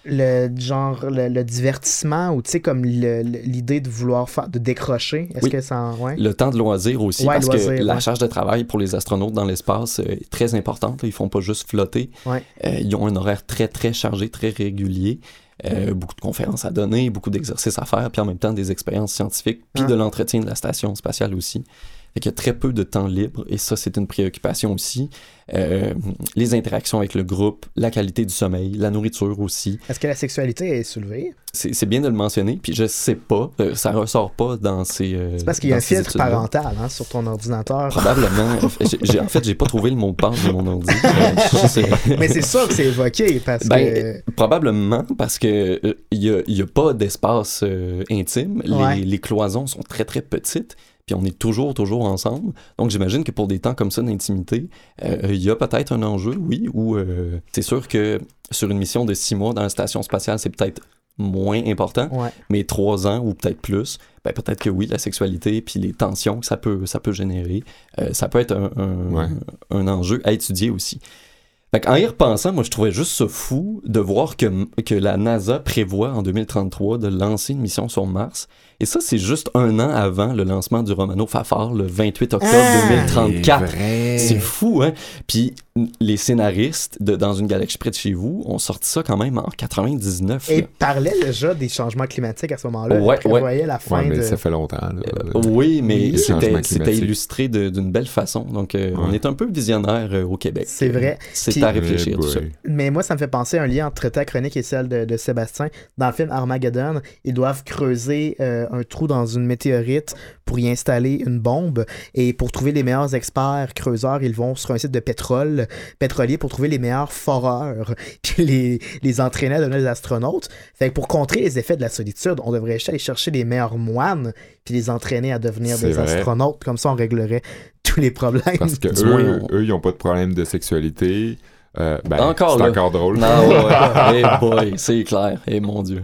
Speaker 2: Le genre, le, le divertissement ou tu sais, comme le, le, l'idée de vouloir faire, de décrocher. Est-ce
Speaker 3: oui.
Speaker 2: que ça... Ouais?
Speaker 3: Le temps de loisir aussi,
Speaker 2: ouais,
Speaker 3: parce
Speaker 2: loisir,
Speaker 3: que la
Speaker 2: ouais.
Speaker 3: charge de travail pour les astronautes dans l'espace est très importante. Là. Ils font pas juste flotter.
Speaker 2: Ouais.
Speaker 3: Euh, ils ont un horaire très, très chargé, très régulier. Euh, beaucoup de conférences à donner, beaucoup d'exercices à faire, puis en même temps des expériences scientifiques, puis ah. de l'entretien de la station spatiale aussi. Fait qu'il y a très peu de temps libre, et ça, c'est une préoccupation aussi. Euh, les interactions avec le groupe, la qualité du sommeil, la nourriture aussi.
Speaker 2: Est-ce que la sexualité est soulevée?
Speaker 3: C'est, c'est bien de le mentionner, puis je sais pas, euh, ça ressort pas dans ces euh,
Speaker 2: C'est parce qu'il y a un filtre études-là. Parental hein, sur ton ordinateur.
Speaker 3: Probablement. j'ai, j'ai, en fait, j'ai pas trouvé le mot de passe de mon ordi. Euh,
Speaker 2: Mais c'est sûr que c'est évoqué, parce
Speaker 3: ben,
Speaker 2: que...
Speaker 3: Probablement, parce que il euh, y, y a pas d'espace euh, intime.
Speaker 2: Ouais.
Speaker 3: Les, les cloisons sont très, très petites. Puis on est toujours, toujours ensemble. Donc j'imagine que pour des temps comme ça d'intimité, il euh, y a peut-être un enjeu, oui, ou euh, c'est sûr que sur une mission de six mois dans la station spatiale, c'est peut-être moins important,
Speaker 2: ouais.
Speaker 3: mais trois ans ou peut-être plus, ben peut-être que oui, la sexualité puis les tensions que ça peut, ça peut générer, euh, ça peut être un, un,
Speaker 1: ouais.
Speaker 3: un enjeu à étudier aussi. Fait qu'en y repensant, moi je trouvais juste ça fou de voir que, que la NASA prévoit en deux mille trente-trois de lancer une mission sur Mars. Et ça, c'est juste un an avant le lancement du Romano Fafard, le vingt-huit octobre ah, deux mille trente-quatre. C'est fou, hein? Puis les scénaristes de Dans une galaxie près de chez vous ont sorti ça quand même en quatre-vingt-dix-neuf.
Speaker 2: Et
Speaker 3: là.
Speaker 2: parlaient déjà des changements climatiques à ce moment-là.
Speaker 3: Ouais,
Speaker 2: Ils prévoyaient la fin
Speaker 1: ouais, mais
Speaker 2: de...
Speaker 1: ça fait longtemps. Là.
Speaker 3: Euh, oui, mais
Speaker 1: oui,
Speaker 3: c'était, c'était illustré de, d'une belle façon. Donc, euh, ouais. on est un peu visionnaire euh, au Québec.
Speaker 2: C'est vrai.
Speaker 3: C'est
Speaker 2: Puis,
Speaker 3: à réfléchir,
Speaker 1: euh,
Speaker 3: tout ça.
Speaker 2: Mais moi, ça me fait penser à un lien entre ta chronique et celle de, de Sébastien. Dans le film Armageddon, ils doivent creuser euh, un trou dans une météorite pour y installer une bombe. Et pour trouver les meilleurs experts creuseurs, ils vont sur un site de pétrole pétroliers pour trouver les meilleurs foreurs, puis les, les entraîner à devenir des astronautes. Fait que pour contrer les effets de la solitude, on devrait aller chercher les meilleurs moines, puis les entraîner à devenir
Speaker 1: C'est
Speaker 2: des
Speaker 1: vrai.
Speaker 2: astronautes. Comme ça, on réglerait tous les problèmes.
Speaker 1: Parce que
Speaker 3: Du
Speaker 1: eux,
Speaker 3: moins, on-
Speaker 1: eux, ils n'ont pas de problème de sexualité. Euh, ben,
Speaker 3: Encore
Speaker 1: c'est
Speaker 3: là.
Speaker 1: encore drôle.
Speaker 3: Non, ouais. Hey boy, c'est clair. Eh mon Dieu.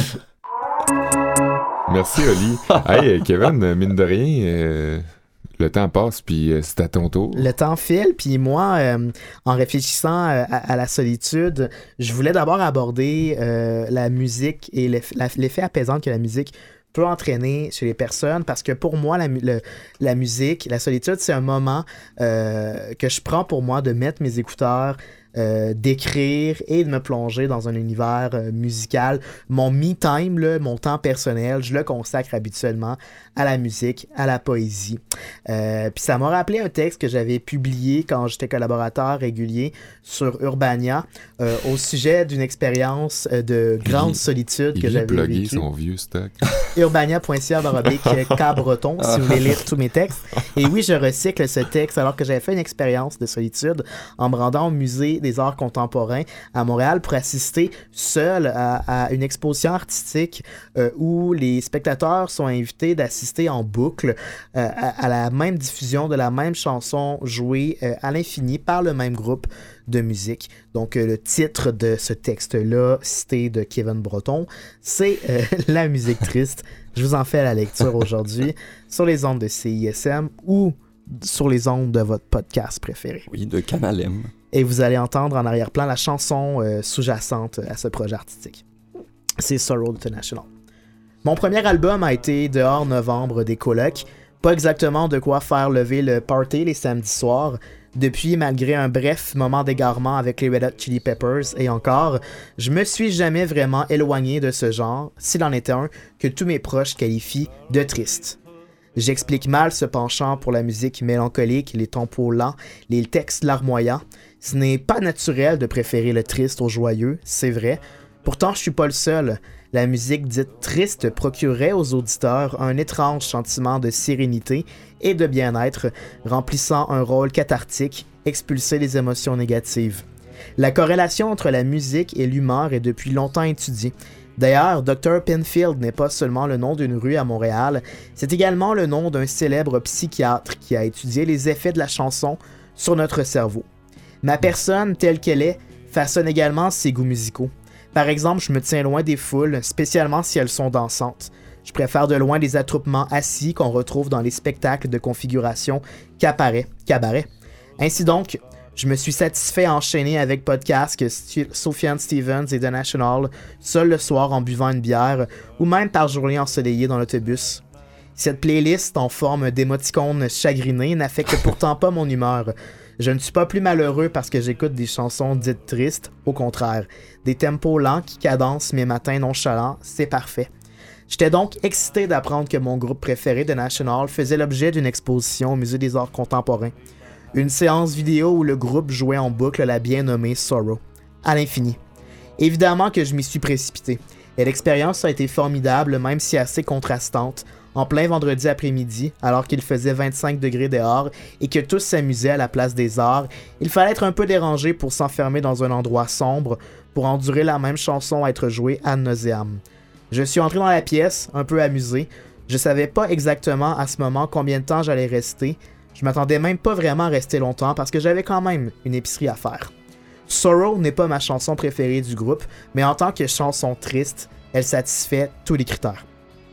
Speaker 1: Merci, Oli. Hey, Kevin, mine de rien, euh, le temps passe, puis euh, c'est à ton tour.
Speaker 2: Le temps file, puis moi, euh, en réfléchissant euh, à, à la solitude, je voulais d'abord aborder euh, la musique et l'eff- la- l'effet apaisant que la musique peut entraîner chez les personnes, parce que pour moi, la, mu- le- la musique, la solitude, c'est un moment euh, que je prends pour moi de mettre mes écouteurs, euh, d'écrire et de me plonger dans un univers euh, musical. Mon me time, là, mon temps personnel, je le consacre habituellement à la musique, à la poésie. Euh, Puis ça m'a rappelé un texte que j'avais publié quand j'étais collaborateur régulier sur Urbania euh, au sujet d'une expérience euh, de grande
Speaker 1: Il-
Speaker 2: solitude
Speaker 1: Il
Speaker 2: que
Speaker 1: vient
Speaker 2: j'avais
Speaker 1: plugger
Speaker 2: vécue.
Speaker 1: son vieux stock.
Speaker 2: urbania.ca baroblique K-Breton, si vous voulez lire tous mes textes. Et oui, je recycle ce texte alors que j'avais fait une expérience de solitude en me rendant au musée des arts contemporains à Montréal pour assister seul à, à une exposition artistique euh, où les spectateurs sont invités d'assister en boucle euh, à, à la même diffusion de la même chanson jouée euh, à l'infini par le même groupe de musique. Donc, euh, le titre de ce texte-là, cité de Kevin Breton, c'est euh, La musique triste. Je vous en fais la lecture aujourd'hui sur les ondes de C I S M ou sur les ondes de votre podcast préféré.
Speaker 3: Oui, de Canal M.
Speaker 2: Et vous allez entendre en arrière-plan la chanson euh, sous-jacente à ce projet artistique. C'est Sorrow International. Mon premier album a été Dehors Novembre des colocs. Pas exactement de quoi faire lever le party les samedis soirs. Depuis, malgré un bref moment d'égarement avec les Red Hot Chili Peppers et encore, je me suis jamais vraiment éloigné de ce genre, s'il en était un, que tous mes proches qualifient de triste. J'explique mal ce penchant pour la musique mélancolique, les tempos lents, les textes larmoyants. Ce n'est pas naturel de préférer le triste au joyeux, c'est vrai. Pourtant, je suis pas le seul. La musique dite triste procurait aux auditeurs un étrange sentiment de sérénité et de bien-être, remplissant un rôle cathartique, expulser les émotions négatives. La corrélation entre la musique et l'humeur est depuis longtemps étudiée. D'ailleurs, docteur Penfield n'est pas seulement le nom d'une rue à Montréal, c'est également le nom d'un célèbre psychiatre qui a étudié les effets de la chanson sur notre cerveau. Ma personne, telle qu'elle est, façonne également ses goûts musicaux. Par exemple, je me tiens loin des foules, spécialement si elles sont dansantes. Je préfère de loin les attroupements assis qu'on retrouve dans les spectacles de configuration cabaret. cabaret. Ainsi donc, je me suis satisfait à enchaîner avec podcasts que St- Sufjan Stevens et The National, seul le soir en buvant une bière, ou même par journée ensoleillée dans l'autobus. Cette playlist en forme d'émoticône chagriné n'affecte pourtant pas mon humeur. Je ne suis pas plus malheureux parce que j'écoute des chansons dites tristes, au contraire. Des tempos lents qui cadencent mes matins nonchalants, c'est parfait. J'étais donc excité d'apprendre que mon groupe préféré, The National, faisait l'objet d'une exposition au Musée des Arts Contemporains. Une séance vidéo où le groupe jouait en boucle la bien nommée Sorrow, à l'infini. Évidemment que je m'y suis précipité, et l'expérience a été formidable, même si assez contrastante, en plein vendredi après-midi, alors qu'il faisait vingt-cinq degrés dehors et que tous s'amusaient à la place des arts, il fallait être un peu dérangé pour s'enfermer dans un endroit sombre, pour endurer la même chanson à être jouée ad nauseam. Je suis entré dans la pièce, un peu amusé. Je savais pas exactement à ce moment combien de temps j'allais rester. Je m'attendais même pas vraiment à rester longtemps parce que j'avais quand même une épicerie à faire. Sorrow n'est pas ma chanson préférée du groupe, mais en tant que chanson triste, elle satisfait tous les critères.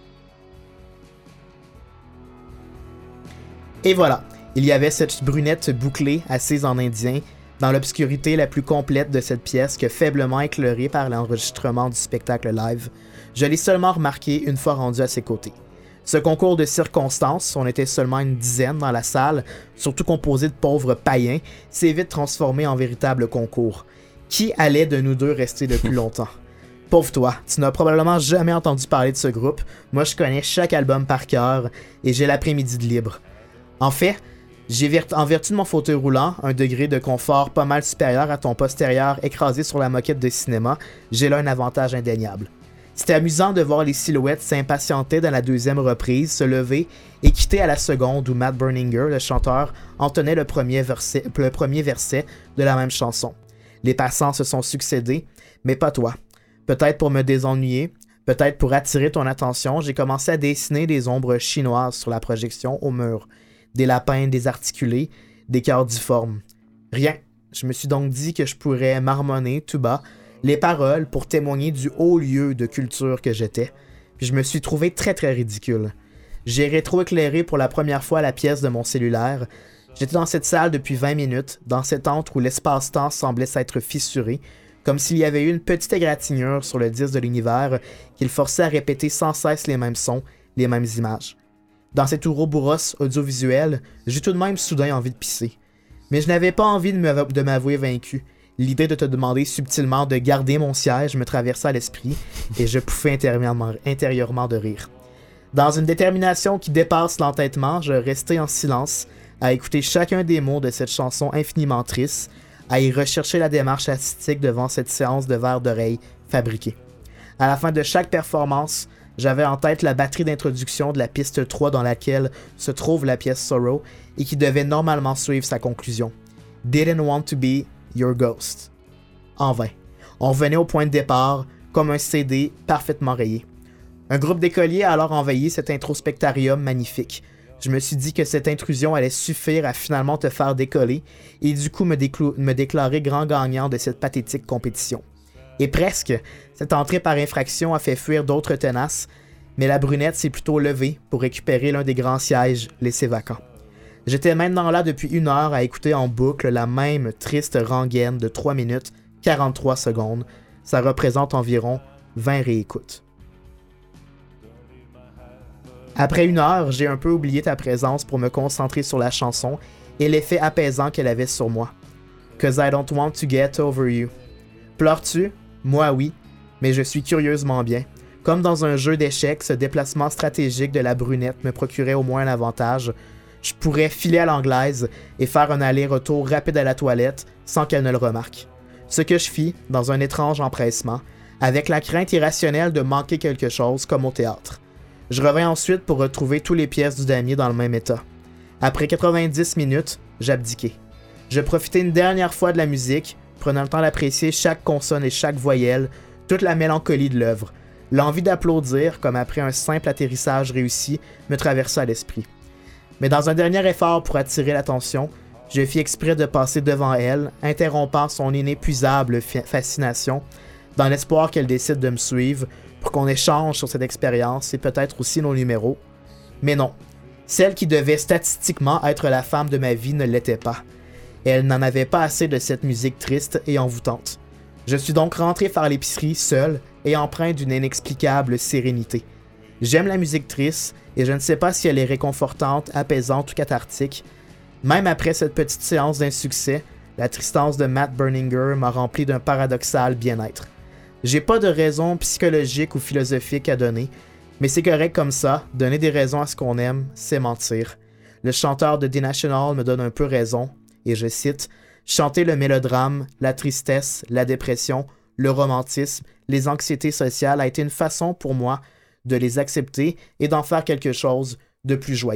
Speaker 2: Et voilà, il y avait cette brunette bouclée assise en indien, dans l'obscurité la plus complète de cette pièce que faiblement éclairée par l'enregistrement du spectacle live. Je l'ai seulement remarqué une fois rendu à ses côtés. Ce concours de circonstances, on était seulement une dizaine dans la salle, surtout composé de pauvres païens, s'est vite transformé en véritable concours. Qui allait de nous deux rester le plus longtemps? Pauvre toi, tu n'as probablement jamais entendu parler de ce groupe. Moi, je connais chaque album par cœur et j'ai l'après-midi de libre. En fait, j'ai ver- en vertu de mon fauteuil roulant, un degré de confort pas mal supérieur à ton postérieur écrasé sur la moquette de cinéma, j'ai là un avantage indéniable. C'était amusant de voir les silhouettes s'impatienter dans la deuxième reprise, se lever et quitter à la seconde où Matt Berninger, le chanteur, entonnait le premier verset, le premier verset de la même chanson. Les passants se sont succédés, mais pas toi. Peut-être pour me désennuyer, peut-être pour attirer ton attention, j'ai commencé à dessiner des ombres chinoises sur la projection au mur, des lapins désarticulés, des cœurs difformes. Rien. Je me suis donc dit que je pourrais marmonner tout bas les paroles pour témoigner du haut lieu de culture que j'étais, puis je me suis trouvé très très ridicule. J'ai rétro-éclairé pour la première fois la pièce de mon cellulaire. J'étais dans cette salle depuis vingt minutes, dans cet antre où l'espace-temps semblait s'être fissuré, comme s'il y avait eu une petite égratignure sur le disque de l'univers qui le forçait à répéter sans cesse les mêmes sons, les mêmes images. Dans cet ouroboros audiovisuel, j'ai tout de même soudain envie de pisser. Mais je n'avais pas envie de, me, de m'avouer vaincu. L'idée de te demander subtilement de garder mon siège me traversa l'esprit et je pouffais intérieurement, intérieurement de rire. Dans une détermination qui dépasse l'entêtement, je restai en silence à écouter chacun des mots de cette chanson infiniment triste, à y rechercher la démarche artistique devant cette séance de verre d'oreille fabriquée. À la fin de chaque performance, j'avais en tête la batterie d'introduction de la piste trois dans laquelle se trouve la pièce Sorrow et qui devait normalement suivre sa conclusion. Didn't want to be your ghost. En vain. On revenait au point de départ, comme un C D parfaitement rayé. Un groupe d'écoliers a alors envahi cet introspectarium magnifique. Je me suis dit que cette intrusion allait suffire à finalement te faire décoller et du coup me, déclou- me déclarer grand gagnant de cette pathétique compétition. Et presque, cette entrée par infraction a fait fuir d'autres tenaces, mais la brunette s'est plutôt levée pour récupérer l'un des grands sièges laissés vacants. J'étais maintenant là depuis une heure à écouter en boucle la même triste rengaine de trois minutes quarante-trois secondes. Ça représente environ vingt réécoutes. Après une heure, j'ai un peu oublié ta présence pour me concentrer sur la chanson et l'effet apaisant qu'elle avait sur moi. « Cause I don't want to get over you ». Pleures-tu? Moi oui, mais je suis curieusement bien. Comme dans un jeu d'échecs, ce déplacement stratégique de la brunette me procurait au moins un avantage. Je pourrais filer à l'anglaise et faire un aller-retour rapide à la toilette sans qu'elle ne le remarque. Ce que je fis, dans un étrange empressement, avec la crainte irrationnelle de manquer quelque chose comme au théâtre. Je revins ensuite pour retrouver tous les pièces du damier dans le même état. Après quatre-vingt-dix minutes, j'abdiquai. Je profitai une dernière fois de la musique, prenant le temps d'apprécier chaque consonne et chaque voyelle, toute la mélancolie de l'œuvre. L'envie d'applaudir, comme après un simple atterrissage réussi, me traversa l'esprit. Mais dans un dernier effort pour attirer l'attention, je fis exprès de passer devant elle, interrompant son inépuisable fi- fascination, dans l'espoir qu'elle décide de me suivre, pour qu'on échange sur cette expérience et peut-être aussi nos numéros. Mais non, celle qui devait statistiquement être la femme de ma vie ne l'était pas. Elle n'en avait pas assez de cette musique triste et envoûtante. Je suis donc rentré faire l'épicerie seul et empreint d'une inexplicable sérénité. J'aime la musique triste et je ne sais pas si elle est réconfortante, apaisante ou cathartique. Même après cette petite séance d'insuccès, la tristesse de Matt Berninger m'a rempli d'un paradoxal bien-être. J'ai pas de raison psychologique ou philosophique à donner, mais c'est correct comme ça, donner des raisons à ce qu'on aime, c'est mentir. Le chanteur de The National me donne un peu raison, et je cite, « Chanter le mélodrame, la tristesse, la dépression, le romantisme, les anxiétés sociales a été une façon pour moi de les accepter et d'en faire quelque chose de plus joyeux. »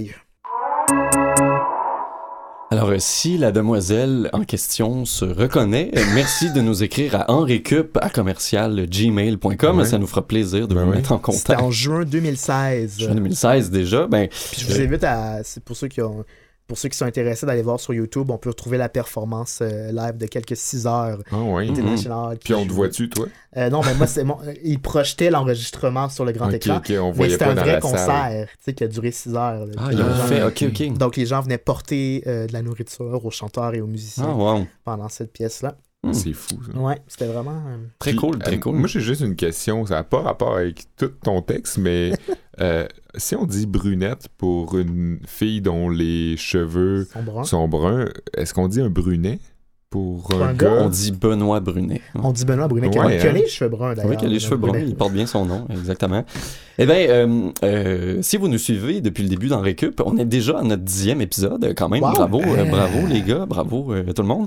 Speaker 3: Alors, si la demoiselle en question se reconnaît, merci de nous écrire à henricup à commercial gmail point com. Ouais. Ça nous fera plaisir de ben vous ouais. mettre en contact.
Speaker 2: C'était en juin deux mille seize.
Speaker 3: Juin deux mille seize déjà. Ben,
Speaker 2: Puis je vous invite à... C'est pour ceux qui ont... Pour ceux qui sont intéressés d'aller voir sur YouTube, on peut retrouver la performance euh, live de quelques six heures.
Speaker 1: Ah oui.
Speaker 2: International.
Speaker 1: Puis on te voit-tu, toi?
Speaker 2: Euh, non, mais moi, c'est mon... il projetait l'enregistrement sur le grand
Speaker 1: okay,
Speaker 2: écran.
Speaker 1: Okay, on
Speaker 2: mais c'était
Speaker 1: pas
Speaker 2: un
Speaker 1: dans
Speaker 2: vrai concert, tu sais, qui a duré six heures. Là.
Speaker 3: Ah, il a fait, ok, ok.
Speaker 2: Donc, les gens venaient porter euh, de la nourriture aux chanteurs et aux musiciens
Speaker 3: ah, wow.
Speaker 2: pendant cette pièce-là.
Speaker 1: Mm. C'est fou, ça.
Speaker 2: Ouais, c'était vraiment... Euh...
Speaker 3: Très
Speaker 1: Puis,
Speaker 3: cool, très
Speaker 1: euh,
Speaker 3: cool.
Speaker 1: Moi, j'ai juste une question. Ça n'a pas rapport avec tout ton texte, mais euh, si on dit brunette pour une fille dont les cheveux
Speaker 2: sont bruns,
Speaker 1: sont bruns est-ce qu'on dit un brunet pour, pour un, un
Speaker 3: gars? On dit Benoît Brunet.
Speaker 2: On dit Benoît Brunet, qui ouais, a hein? les cheveux bruns, d'ailleurs.
Speaker 3: Oui, qui a les cheveux bruns. Il porte bien son nom, exactement. Eh bien, euh, euh, si vous nous suivez depuis le début dans Récup, on est déjà à notre dixième épisode, quand même. Wow. Bravo, euh, bravo les gars, bravo euh, tout le monde.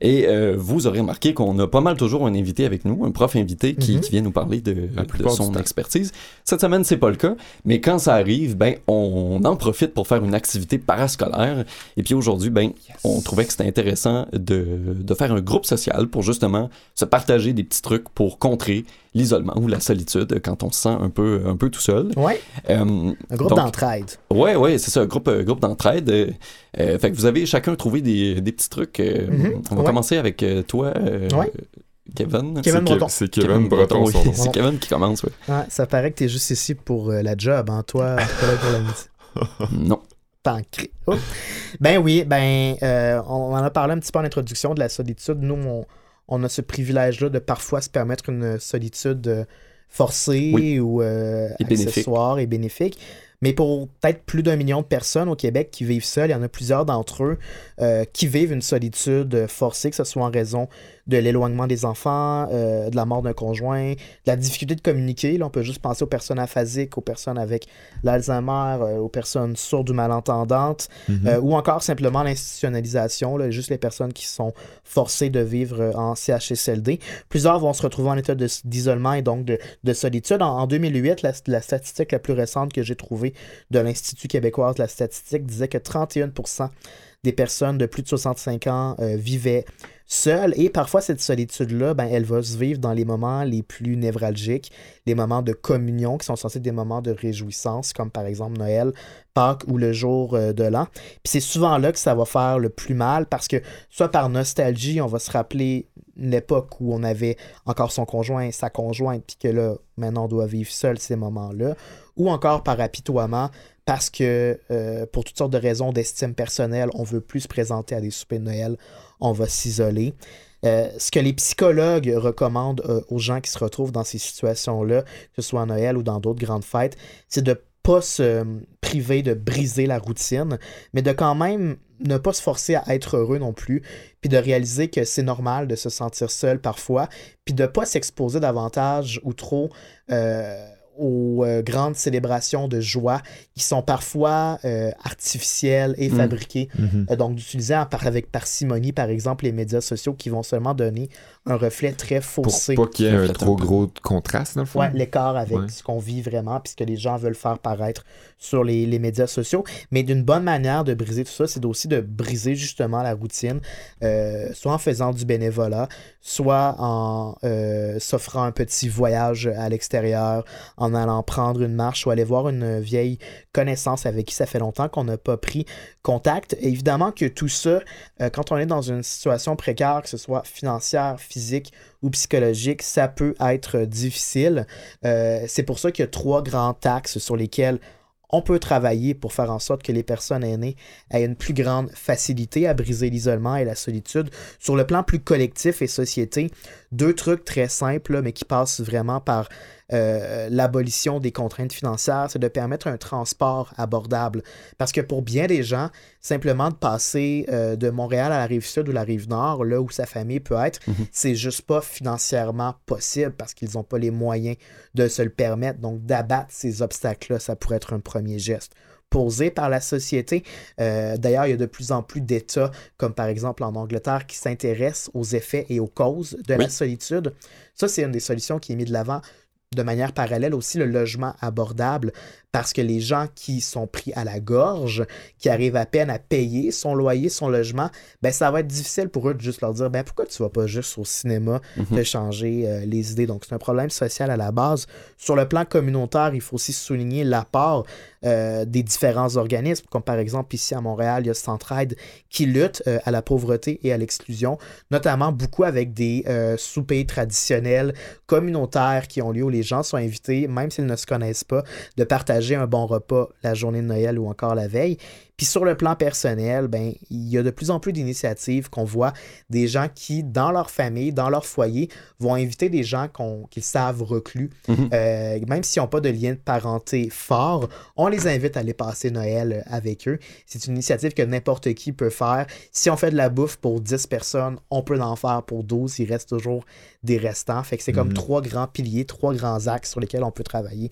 Speaker 3: Et euh, vous aurez remarqué qu'on a pas mal toujours un invité avec nous, un prof invité qui, mm-hmm. qui vient nous parler de, de son expertise. Cette semaine, c'est pas le cas, mais quand ça arrive, ben, on en profite pour faire une activité parascolaire. Et puis aujourd'hui, ben, yes. on trouvait que c'était intéressant de, de faire un groupe social pour justement se partager des petits trucs pour contrer l'isolement ou la solitude quand on se sent un peu, un peu tout seul.
Speaker 2: Oui. Euh, un groupe donc, d'entraide.
Speaker 3: Oui, oui, c'est ça, un groupe, groupe d'entraide. Euh, euh, fait que vous avez chacun trouvé des, des petits trucs. Euh, mm-hmm. On va ouais. commencer avec euh, toi, euh, ouais. Kevin.
Speaker 2: Kevin Breton.
Speaker 1: C'est Kevin, Kevin Breton,
Speaker 3: Breton oui. C'est Kevin qui commence, oui.
Speaker 2: Ouais, ça paraît que tu es juste ici pour euh, la job, hein, toi, t'es là pour l'amitié.
Speaker 3: Non.
Speaker 2: Pancré. Oh. Ben oui, ben, euh, on en a parlé un petit peu en introduction de la solitude. Nous, on... On a ce privilège-là de parfois se permettre une solitude euh, forcée oui. ou euh,
Speaker 3: et
Speaker 2: accessoire
Speaker 3: bénéfique.
Speaker 2: et bénéfique. Mais pour peut-être plus d'un million de personnes au Québec qui vivent seules, il y en a plusieurs d'entre eux euh, qui vivent une solitude forcée, que ce soit en raison de l'éloignement des enfants, euh, de la mort d'un conjoint, de la difficulté de communiquer. Là, on peut juste penser aux personnes aphasiques, aux personnes avec l'Alzheimer, euh, aux personnes sourdes ou malentendantes, mm-hmm. euh, ou encore simplement l'institutionnalisation, là, juste les personnes qui sont forcées de vivre en C H S L D. Plusieurs vont se retrouver en état de, d'isolement et donc de, de solitude. En, en deux mille huit, la, la statistique la plus récente que j'ai trouvée de l'Institut québécois de la statistique disait que trente et un pour cent des personnes de plus de soixante-cinq ans euh, vivaient seules. Et parfois, cette solitude-là, ben, elle va se vivre dans les moments les plus névralgiques, les moments de communion qui sont censés être des moments de réjouissance, comme par exemple Noël, Pâques ou le jour euh, de l'an. Puis c'est souvent là que ça va faire le plus mal parce que, soit par nostalgie, on va se rappeler l'époque où on avait encore son conjoint, sa conjointe, puis que là, maintenant, on doit vivre seul ces moments-là, ou encore par apitoiement, parce que euh, pour toutes sortes de raisons d'estime personnelle, on ne veut plus se présenter à des soupers de Noël, on va s'isoler. Euh, ce que les psychologues recommandent euh, aux gens qui se retrouvent dans ces situations-là, que ce soit à Noël ou dans d'autres grandes fêtes, c'est de ne pas se priver de briser la routine, mais de quand même ne pas se forcer à être heureux non plus, puis de réaliser que c'est normal de se sentir seul parfois, puis de ne pas s'exposer davantage ou trop euh, aux euh, grandes célébrations de joie qui sont parfois euh, artificielles et fabriquées.
Speaker 1: Mmh.
Speaker 2: Euh, donc, d'utiliser en par- avec parcimonie, par exemple, les médias sociaux qui vont seulement donner un reflet très faussé.
Speaker 1: Pour pas qu'il y ait un trop gros contraste, dans le fond.
Speaker 2: Ouais, l'écart avec
Speaker 1: ouais.
Speaker 2: ce qu'on vit vraiment, puis ce que les gens veulent faire paraître sur les, les médias sociaux. Mais d'une bonne manière de briser tout ça, c'est aussi de briser justement la routine, euh, soit en faisant du bénévolat, soit en euh, s'offrant un petit voyage à l'extérieur, en allant prendre une marche ou aller voir une vieille connaissance avec qui ça fait longtemps qu'on n'a pas pris contact. Et évidemment que tout ça, euh, quand on est dans une situation précaire, que ce soit financière, physique ou psychologique, ça peut être difficile. Euh, c'est pour ça qu'il y a trois grands axes sur lesquels on peut travailler pour faire en sorte que les personnes aînées aient une plus grande facilité à briser l'isolement et la solitude. Sur le plan plus collectif et société, deux trucs très simples, là, mais qui passent vraiment par euh, l'abolition des contraintes financières, c'est de permettre un transport abordable. Parce que pour bien des gens, simplement de passer euh, de Montréal à la Rive-Sud ou la Rive-Nord, là où sa famille peut être, mm-hmm. c'est juste pas financièrement possible parce qu'ils n'ont pas les moyens de se le permettre. Donc, d'abattre ces obstacles-là, ça pourrait être un premier geste posé par la société. Euh, d'ailleurs, il y a de plus en plus d'États, comme par exemple en Angleterre, qui s'intéressent aux effets et aux causes de oui. la solitude. Ça, c'est une des solutions qui est mise de l'avant. De manière parallèle aussi, le logement abordable, parce que les gens qui sont pris à la gorge, qui arrivent à peine à payer son loyer, son logement, ben ça va être difficile pour eux de juste leur dire ben pourquoi tu vas pas juste au cinéma mm-hmm. te changer euh, les idées. Donc c'est un problème social à la base. Sur le plan communautaire, il faut aussi souligner l'apport euh, des différents organismes, comme par exemple ici à Montréal, il y a Centraide qui lutte euh, à la pauvreté et à l'exclusion, notamment beaucoup avec des euh, soupers traditionnels communautaires qui ont lieu où les gens sont invités, même s'ils ne se connaissent pas, de partager un bon repas la journée de Noël ou encore la veille. Puis sur le plan personnel, ben, il y a de plus en plus d'initiatives qu'on voit des gens qui, dans leur famille, dans leur foyer, vont inviter des gens qu'on, qu'ils savent reclus. Mm-hmm. Euh, même s'ils n'ont pas de lien de parenté fort, on les invite à aller passer Noël avec eux. C'est une initiative que n'importe qui peut faire. Si on fait de la bouffe pour dix personnes, on peut en faire pour douze. Il reste toujours des restants. Fait que c'est mm-hmm. comme trois grands piliers, trois grands axes sur lesquels on peut travailler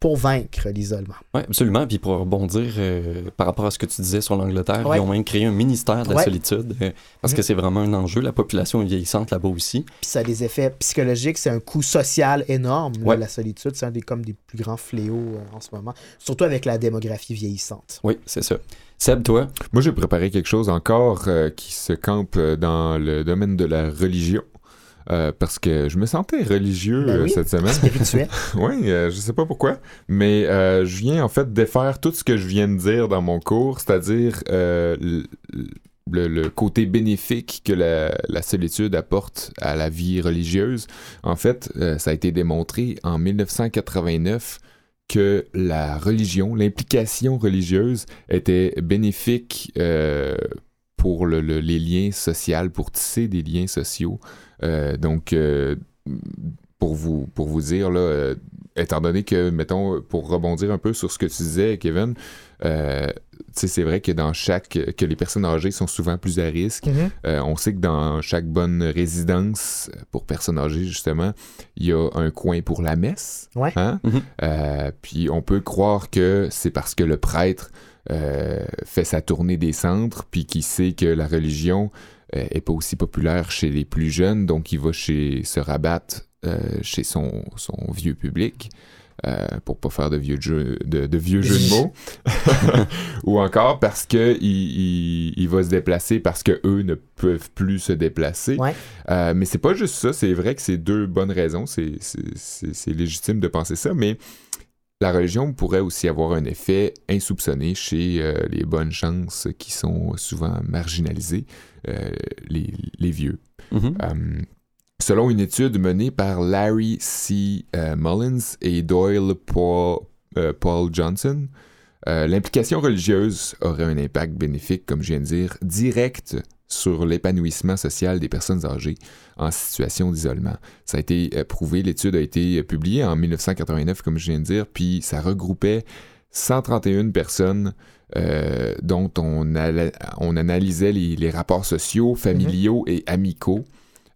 Speaker 2: pour vaincre l'isolement.
Speaker 3: Oui, absolument. Puis pour rebondir euh, par rapport à ce que tu disais sur l'Angleterre,
Speaker 2: ouais.
Speaker 3: ils ont même créé un ministère de la
Speaker 2: ouais.
Speaker 3: solitude euh, parce mmh. que c'est vraiment un enjeu. La population est vieillissante là-bas aussi.
Speaker 2: Puis ça a des effets psychologiques. C'est un coût social énorme.
Speaker 3: Ouais.
Speaker 2: Là, la solitude, c'est un des, comme des plus grands fléaux euh, en ce moment. Surtout avec la démographie vieillissante.
Speaker 3: Oui, c'est ça. Seb, toi?
Speaker 1: Moi, j'ai préparé quelque chose encore euh, qui se campe dans le domaine de la religion. Euh, parce que je me sentais religieux
Speaker 2: ben oui,
Speaker 1: euh, cette semaine.
Speaker 2: Spirituel.
Speaker 1: Oui, euh, je sais pas pourquoi, mais euh, je viens en fait défaire tout ce que je viens de dire dans mon cours, c'est-à-dire euh, le, le côté bénéfique que la, la solitude apporte à la vie religieuse. En fait, euh, ça a été démontré en dix-neuf cent quatre-vingt-neuf que la religion, l'implication religieuse était bénéfique euh, pour le, le, les liens sociaux, pour tisser des liens sociaux. Euh, donc, euh, pour, vous, pour vous dire, là, euh, étant donné que, mettons, pour rebondir un peu sur ce que tu disais, Kevin, euh, c'est vrai que dans chaque que les personnes âgées sont souvent plus à risque. Mm-hmm. Euh, on sait que dans chaque bonne résidence pour personnes âgées, justement, il y a un coin pour la messe.
Speaker 2: Ouais.
Speaker 1: Hein? Mm-hmm. Euh, puis on peut croire que c'est parce que le prêtre euh, fait sa tournée des centres, puis qu'il sait que la religion euh, est pas aussi populaire chez les plus jeunes, donc il va chez se rabattre euh, chez son, son vieux public. Euh, pour pas faire de vieux jeux de, de, vieux jeux de mots. Ou encore parce que il, il, il va se déplacer parce que eux ne peuvent plus se déplacer.
Speaker 2: Ouais.
Speaker 1: Euh, mais c'est pas juste ça. C'est vrai que c'est deux bonnes raisons. C'est, c'est, c'est, c'est légitime de penser ça, mais la religion pourrait aussi avoir un effet insoupçonné chez euh, les bonnes chances qui sont souvent marginalisées, euh, les, les vieux.
Speaker 3: Mm-hmm.
Speaker 1: Euh, Selon une étude menée par Larry C. Euh, Mullins et Doyle Paul, euh, Paul Johnson, euh, l'implication religieuse aurait un impact bénéfique, comme je viens de dire, direct sur l'épanouissement social des personnes âgées en situation d'isolement. Ça a été euh, prouvé, l'étude a été publiée en dix-neuf cent quatre-vingt-neuf, comme je viens de dire, puis ça regroupait cent trente et une personnes euh, dont on, alla- on analysait les, les rapports sociaux, familiaux mm-hmm. et amicaux.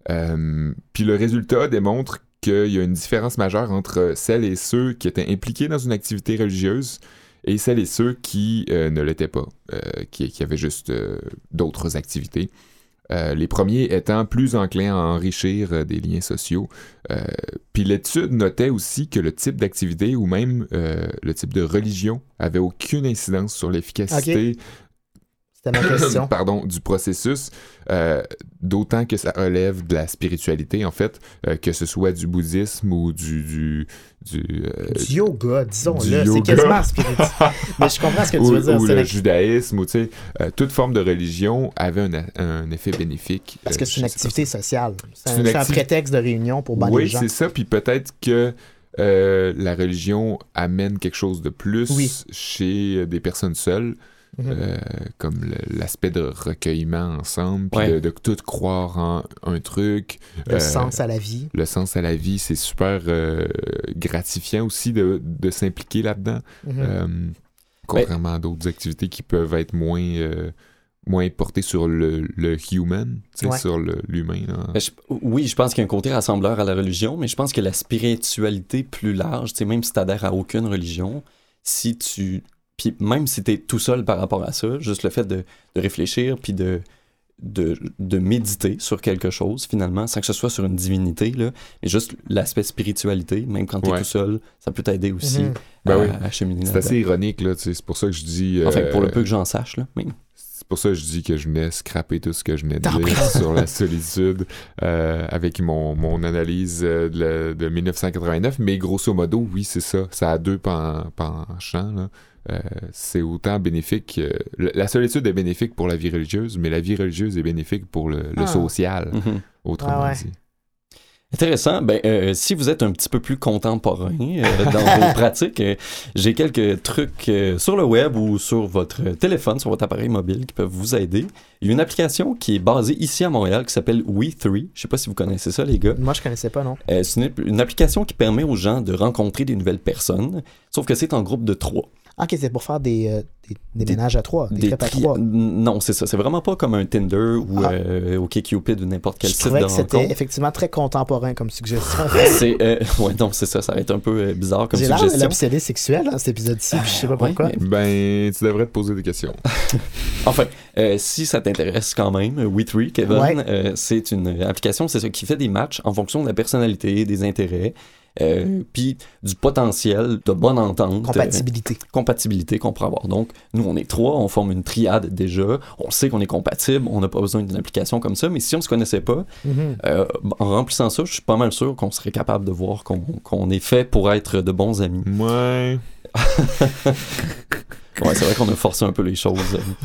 Speaker 1: Euh, puis le résultat démontre qu'il y a une différence majeure entre celles et ceux qui étaient impliqués dans une activité religieuse et celles et ceux qui euh, ne l'étaient pas, euh, qui, qui avaient juste euh, d'autres activités. Euh, les premiers étant plus enclins à enrichir euh, des liens sociaux. Euh, puis l'étude notait aussi que le type d'activité ou même euh, le type de religion avait aucune incidence sur l'efficacité.
Speaker 2: Okay. C'était ma question.
Speaker 1: Pardon, du processus, euh, d'autant que ça relève de la spiritualité, en fait, euh, que ce soit du bouddhisme ou du... Du, du, euh,
Speaker 2: du yoga, disons-le, c'est quasiment spirituel. Mais je comprends ce que tu veux
Speaker 1: ou,
Speaker 2: dire.
Speaker 1: Ou
Speaker 2: c'est
Speaker 1: le
Speaker 2: la...
Speaker 1: judaïsme, ou tu sais, euh, toute forme de religion avait un, un effet bénéfique.
Speaker 2: Parce que c'est
Speaker 1: euh,
Speaker 2: une activité sociale. C'est,
Speaker 1: c'est,
Speaker 2: un,
Speaker 1: c'est
Speaker 2: acti... un prétexte de réunion pour banner
Speaker 1: oui,
Speaker 2: les gens.
Speaker 1: Oui, c'est ça, puis peut-être que euh, la religion amène quelque chose de plus oui. chez des personnes seules. Mm-hmm. Euh, comme le, l'aspect de recueillement ensemble, puis ouais. de, de tout croire en un truc.
Speaker 2: Le
Speaker 1: euh,
Speaker 2: sens à la vie.
Speaker 1: Le sens à la vie, c'est super euh, gratifiant aussi de, de s'impliquer là-dedans. Mm-hmm. Euh, contrairement ben, à d'autres activités qui peuvent être moins, euh, moins portées sur le, le human, ouais. sur le, l'humain.
Speaker 3: Ben, je, oui, je pense qu'il y a un côté rassembleur à la religion, mais je pense que la spiritualité plus large, même si tu adhères à aucune religion, si tu... Puis même si t'es tout seul par rapport à ça, juste le fait de, de réfléchir puis de, de, de méditer sur quelque chose, finalement, sans que ce soit sur une divinité, là, mais juste l'aspect spiritualité, même quand t'es ouais. tout seul, ça peut t'aider aussi mm-hmm.
Speaker 1: ben
Speaker 3: à,
Speaker 1: oui.
Speaker 3: à cheminer.
Speaker 1: C'est assez ironique, là, c'est pour ça que je dis...
Speaker 3: Euh, enfin, pour le peu
Speaker 1: euh,
Speaker 3: que j'en sache, là, mais...
Speaker 1: C'est pour ça que je dis que je venais scraper tout ce que je venais de dire sur la solitude euh, avec mon, mon analyse euh, de, de dix-neuf cent quatre-vingt-neuf, mais grosso modo, oui, c'est ça. Ça a deux pen, penchants, là. Euh, c'est autant bénéfique. Euh, la solitude est bénéfique pour la vie religieuse, mais la vie religieuse est bénéfique pour le, le ah. social,
Speaker 3: mm-hmm.
Speaker 1: autrement
Speaker 2: ah ouais.
Speaker 1: dit.
Speaker 3: Intéressant. Ben, euh, si vous êtes un petit peu plus contemporain euh, dans vos pratiques, euh, j'ai quelques trucs euh, sur le web ou sur votre téléphone, sur votre appareil mobile qui peuvent vous aider. Il y a une application qui est basée ici à Montréal qui s'appelle We Three. Je sais pas si vous connaissez ça, les gars.
Speaker 2: Moi, je connaissais pas, non.
Speaker 3: Euh, c'est une, une application qui permet aux gens de rencontrer des nouvelles personnes, sauf que c'est en groupe de trois.
Speaker 2: Ok, c'est pour faire des, euh, des, des, des ménages à trois, des, des crêpes à
Speaker 3: tri...
Speaker 2: trois.
Speaker 3: Non, c'est ça. C'est vraiment pas comme un Tinder ou
Speaker 2: ah.
Speaker 3: euh, OkCupid ou n'importe quel
Speaker 2: je
Speaker 3: site de rencontre.
Speaker 2: Je trouvais que c'était effectivement très contemporain comme suggestion.
Speaker 3: c'est, euh, ouais, non, c'est ça. Ça va être un peu euh, bizarre comme
Speaker 2: J'ai
Speaker 3: suggestion.
Speaker 2: J'ai l'air l'obsédé sexuel dans cet épisode-ci, puis je sais pas pourquoi.
Speaker 3: Ouais, mais...
Speaker 1: Ben, tu devrais te poser des questions.
Speaker 3: Enfin, euh, si ça t'intéresse quand même, We three, Kevin,
Speaker 2: ouais.
Speaker 3: euh, c'est une application, c'est ça, qui fait des matchs en fonction de la personnalité, des intérêts, euh, puis du potentiel de bonne entente.
Speaker 2: Compatibilité.
Speaker 3: Euh, compatibilité qu'on pourrait avoir. Donc, nous, on est trois, on forme une triade déjà, on sait qu'on est compatible, on n'a pas besoin d'une application comme ça, mais si on se connaissait pas,
Speaker 2: mm-hmm.
Speaker 3: euh, en remplissant ça, je suis pas mal sûr qu'on serait capable de voir qu'on, qu'on est fait pour être de bons amis.
Speaker 1: Ouais.
Speaker 3: Ouais, c'est vrai qu'on a forcé un peu les choses.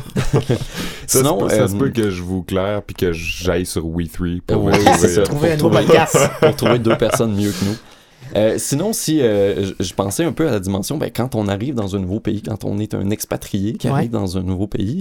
Speaker 1: ça,
Speaker 3: Sinon,
Speaker 1: ça
Speaker 3: euh,
Speaker 1: se peut que je vous claire puis que j'aille sur We three pour
Speaker 3: oui,
Speaker 1: trouver,
Speaker 3: c'est ça.
Speaker 2: trouver un
Speaker 3: pour
Speaker 2: nouveau
Speaker 3: trouver,
Speaker 2: podcast.
Speaker 3: pour trouver deux personnes mieux que nous. Euh, sinon, si euh, je, je pensais un peu à la dimension, ben, quand on arrive dans un nouveau pays, quand on est un expatrié qui
Speaker 2: ouais.
Speaker 3: arrive dans un nouveau pays,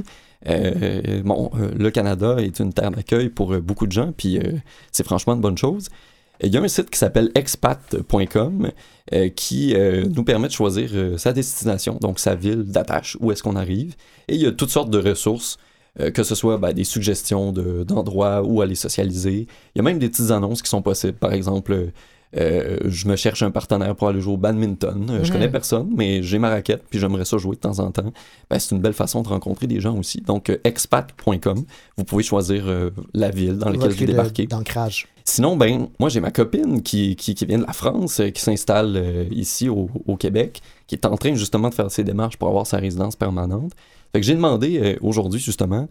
Speaker 3: euh, bon, euh, le Canada est une terre d'accueil pour euh, beaucoup de gens, puis euh, c'est franchement une bonne chose. Il y a un site qui s'appelle expat point com euh, qui euh, nous permet de choisir euh, sa destination, donc sa ville d'attache, où est-ce qu'on arrive. Et il y a toutes sortes de ressources, euh, que ce soit ben, des suggestions de, d'endroits où aller socialiser. Il y a même des petites annonces qui sont possibles. Par exemple, euh, je me cherche un partenaire pour aller jouer au badminton. Euh, mm-hmm. Je connais personne, mais j'ai ma raquette, puis j'aimerais ça jouer de temps en temps. Ben, c'est une belle façon de rencontrer des gens aussi. Donc, euh, expat point com, vous pouvez choisir euh, la ville dans laquelle vous débarquez.
Speaker 2: D'ancrage.
Speaker 3: Sinon, ben, moi, j'ai ma copine qui, qui, qui vient de la France, euh, qui s'installe euh, ici au, au Québec, qui est en train justement de faire ses démarches pour avoir sa résidence permanente. Fait que j'ai demandé euh, aujourd'hui, justement,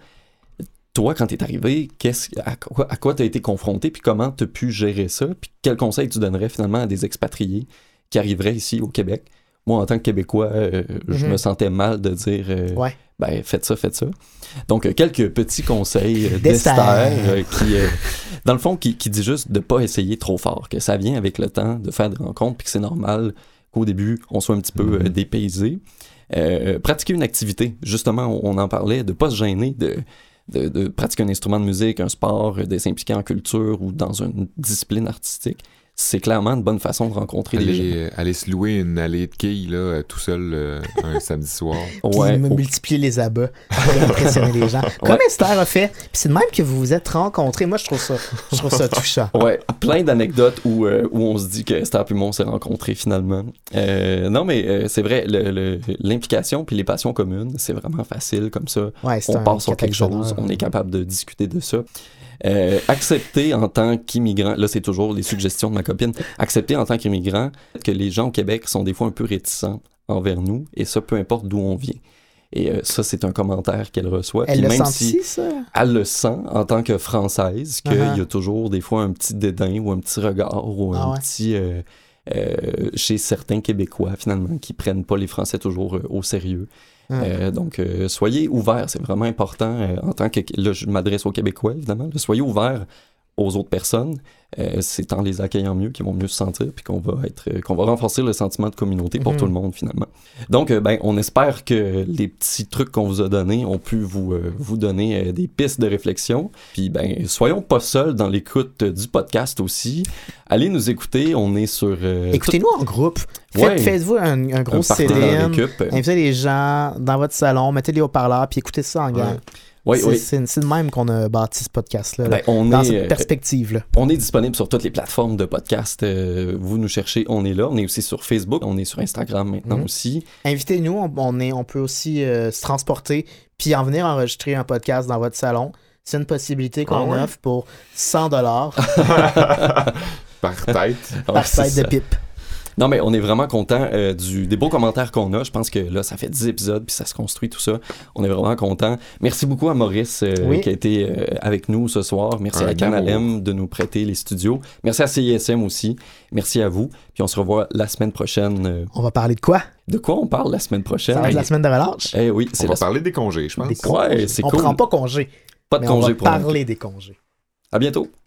Speaker 3: toi, quand t'es arrivé, qu'est-ce, à quoi, à quoi t'as été confronté, puis comment t'as pu gérer ça, puis quels conseils tu donnerais finalement à des expatriés qui arriveraient ici au Québec? Moi, en tant que Québécois, euh, mm-hmm. je me sentais mal de dire euh,
Speaker 2: ouais.
Speaker 3: ben, faites ça, faites ça. Donc, euh, quelques petits conseils euh, d'Esther, euh, qui, euh, dans le fond, qui, qui dit juste de ne pas essayer trop fort, que ça vient avec le temps de faire des rencontres, puis que c'est normal qu'au début, on soit un petit peu euh, dépaysé. Euh, pratiquer une activité, justement, on, on en parlait, de ne pas se gêner de, de, de pratiquer un instrument de musique, un sport, de s'impliquer en culture ou dans une discipline artistique. C'est clairement une bonne façon de rencontrer
Speaker 1: aller,
Speaker 3: les gens.
Speaker 1: Aller se louer une allée de quilles là, tout seul euh, un samedi soir.
Speaker 2: Puis
Speaker 3: ouais,
Speaker 2: me
Speaker 3: oh.
Speaker 2: multiplier les abats pour impressionner les gens. Comme ouais. Esther a fait. Puis c'est de même que vous vous êtes rencontrés. Moi, je trouve ça, je trouve ça touchant.
Speaker 3: Ouais, plein d'anecdotes où, euh, où on se dit que Esther et moi, on s'est rencontrés finalement. Euh, non, mais euh, c'est vrai, le, le, l'implication puis les passions communes, c'est vraiment facile comme ça.
Speaker 2: Ouais, c'est
Speaker 3: on part sur quelque chose, on est capable de discuter de ça. Euh, accepter en tant qu'immigrant, là c'est toujours les suggestions de ma copine, accepter en tant qu'immigrant que les gens au Québec sont des fois un peu réticents envers nous, et ça peu importe d'où on vient. Et euh, ça, c'est un commentaire qu'elle reçoit.
Speaker 2: Elle
Speaker 3: Puis
Speaker 2: le
Speaker 3: même
Speaker 2: sent
Speaker 3: si
Speaker 2: ça?
Speaker 3: Elle le sent en tant que Française, qu'il
Speaker 2: uh-huh.
Speaker 3: y a toujours des fois un petit dédain ou un petit regard ou un
Speaker 2: ah ouais.
Speaker 3: petit... Euh, euh, chez certains Québécois, finalement, qui prennent pas les Français toujours euh, au sérieux. Mmh. Euh, donc, euh, soyez ouverts, c'est vraiment important. Euh, en tant que, là, je m'adresse aux Québécois, évidemment. Là, soyez ouverts aux autres personnes. Euh, c'est en les accueillant mieux qu'ils vont mieux se sentir, puis qu'on va être, euh, qu'on va renforcer le sentiment de communauté pour mmh. tout le monde, finalement. Donc, euh, ben, on espère que les petits trucs qu'on vous a donnés ont pu vous, euh, vous donner euh, des pistes de réflexion. Puis, ben, soyons pas seuls dans l'écoute du podcast aussi. Allez nous écouter, on est sur... Euh,
Speaker 2: Écoutez-nous tout... en groupe. Faites, ouais, faites-vous un, un gros Céline. Invitez les gens dans votre salon, mettez les haut-parleurs, puis écoutez ça en gang.
Speaker 3: Ouais. Oui,
Speaker 2: c'est,
Speaker 3: oui.
Speaker 2: c'est, c'est de même qu'on a bâti ce podcast-là,
Speaker 3: ben,
Speaker 2: là,
Speaker 3: on
Speaker 2: dans
Speaker 3: est,
Speaker 2: cette perspective-là.
Speaker 3: On est disponible sur toutes les plateformes de podcast. Euh, vous nous cherchez, on est là. On est aussi sur Facebook, on est sur Instagram maintenant mm-hmm. aussi.
Speaker 2: Invitez-nous, on, on, est, on peut aussi euh, se transporter puis en venir enregistrer un podcast dans votre salon. C'est une possibilité qu'on ah ouais? offre pour cent dollars.
Speaker 1: Par tête.
Speaker 2: Par ouais, tête de pipe.
Speaker 3: Non, mais on est vraiment content euh, du, des beaux commentaires qu'on a. Je pense que là, ça fait dix épisodes, puis ça se construit tout ça. On est vraiment content. Merci beaucoup à Maurice euh, oui. qui a été euh, avec nous ce soir. Merci Un à Canalem de nous prêter les studios. Merci à C I S M aussi. Merci à vous. Puis on se revoit la semaine prochaine. Euh...
Speaker 2: On va parler de quoi?
Speaker 3: De quoi on parle la semaine prochaine?
Speaker 2: Ça va être la semaine de relâche?
Speaker 3: Eh oui.
Speaker 1: C'est on va la... parler des congés, je pense.
Speaker 2: Des congés.
Speaker 3: Ouais, c'est
Speaker 2: on
Speaker 3: cool.
Speaker 2: prend pas congé.
Speaker 3: Pas de
Speaker 2: mais
Speaker 3: congé
Speaker 2: on va
Speaker 3: pour
Speaker 2: parler nous. Des congés.
Speaker 3: À bientôt.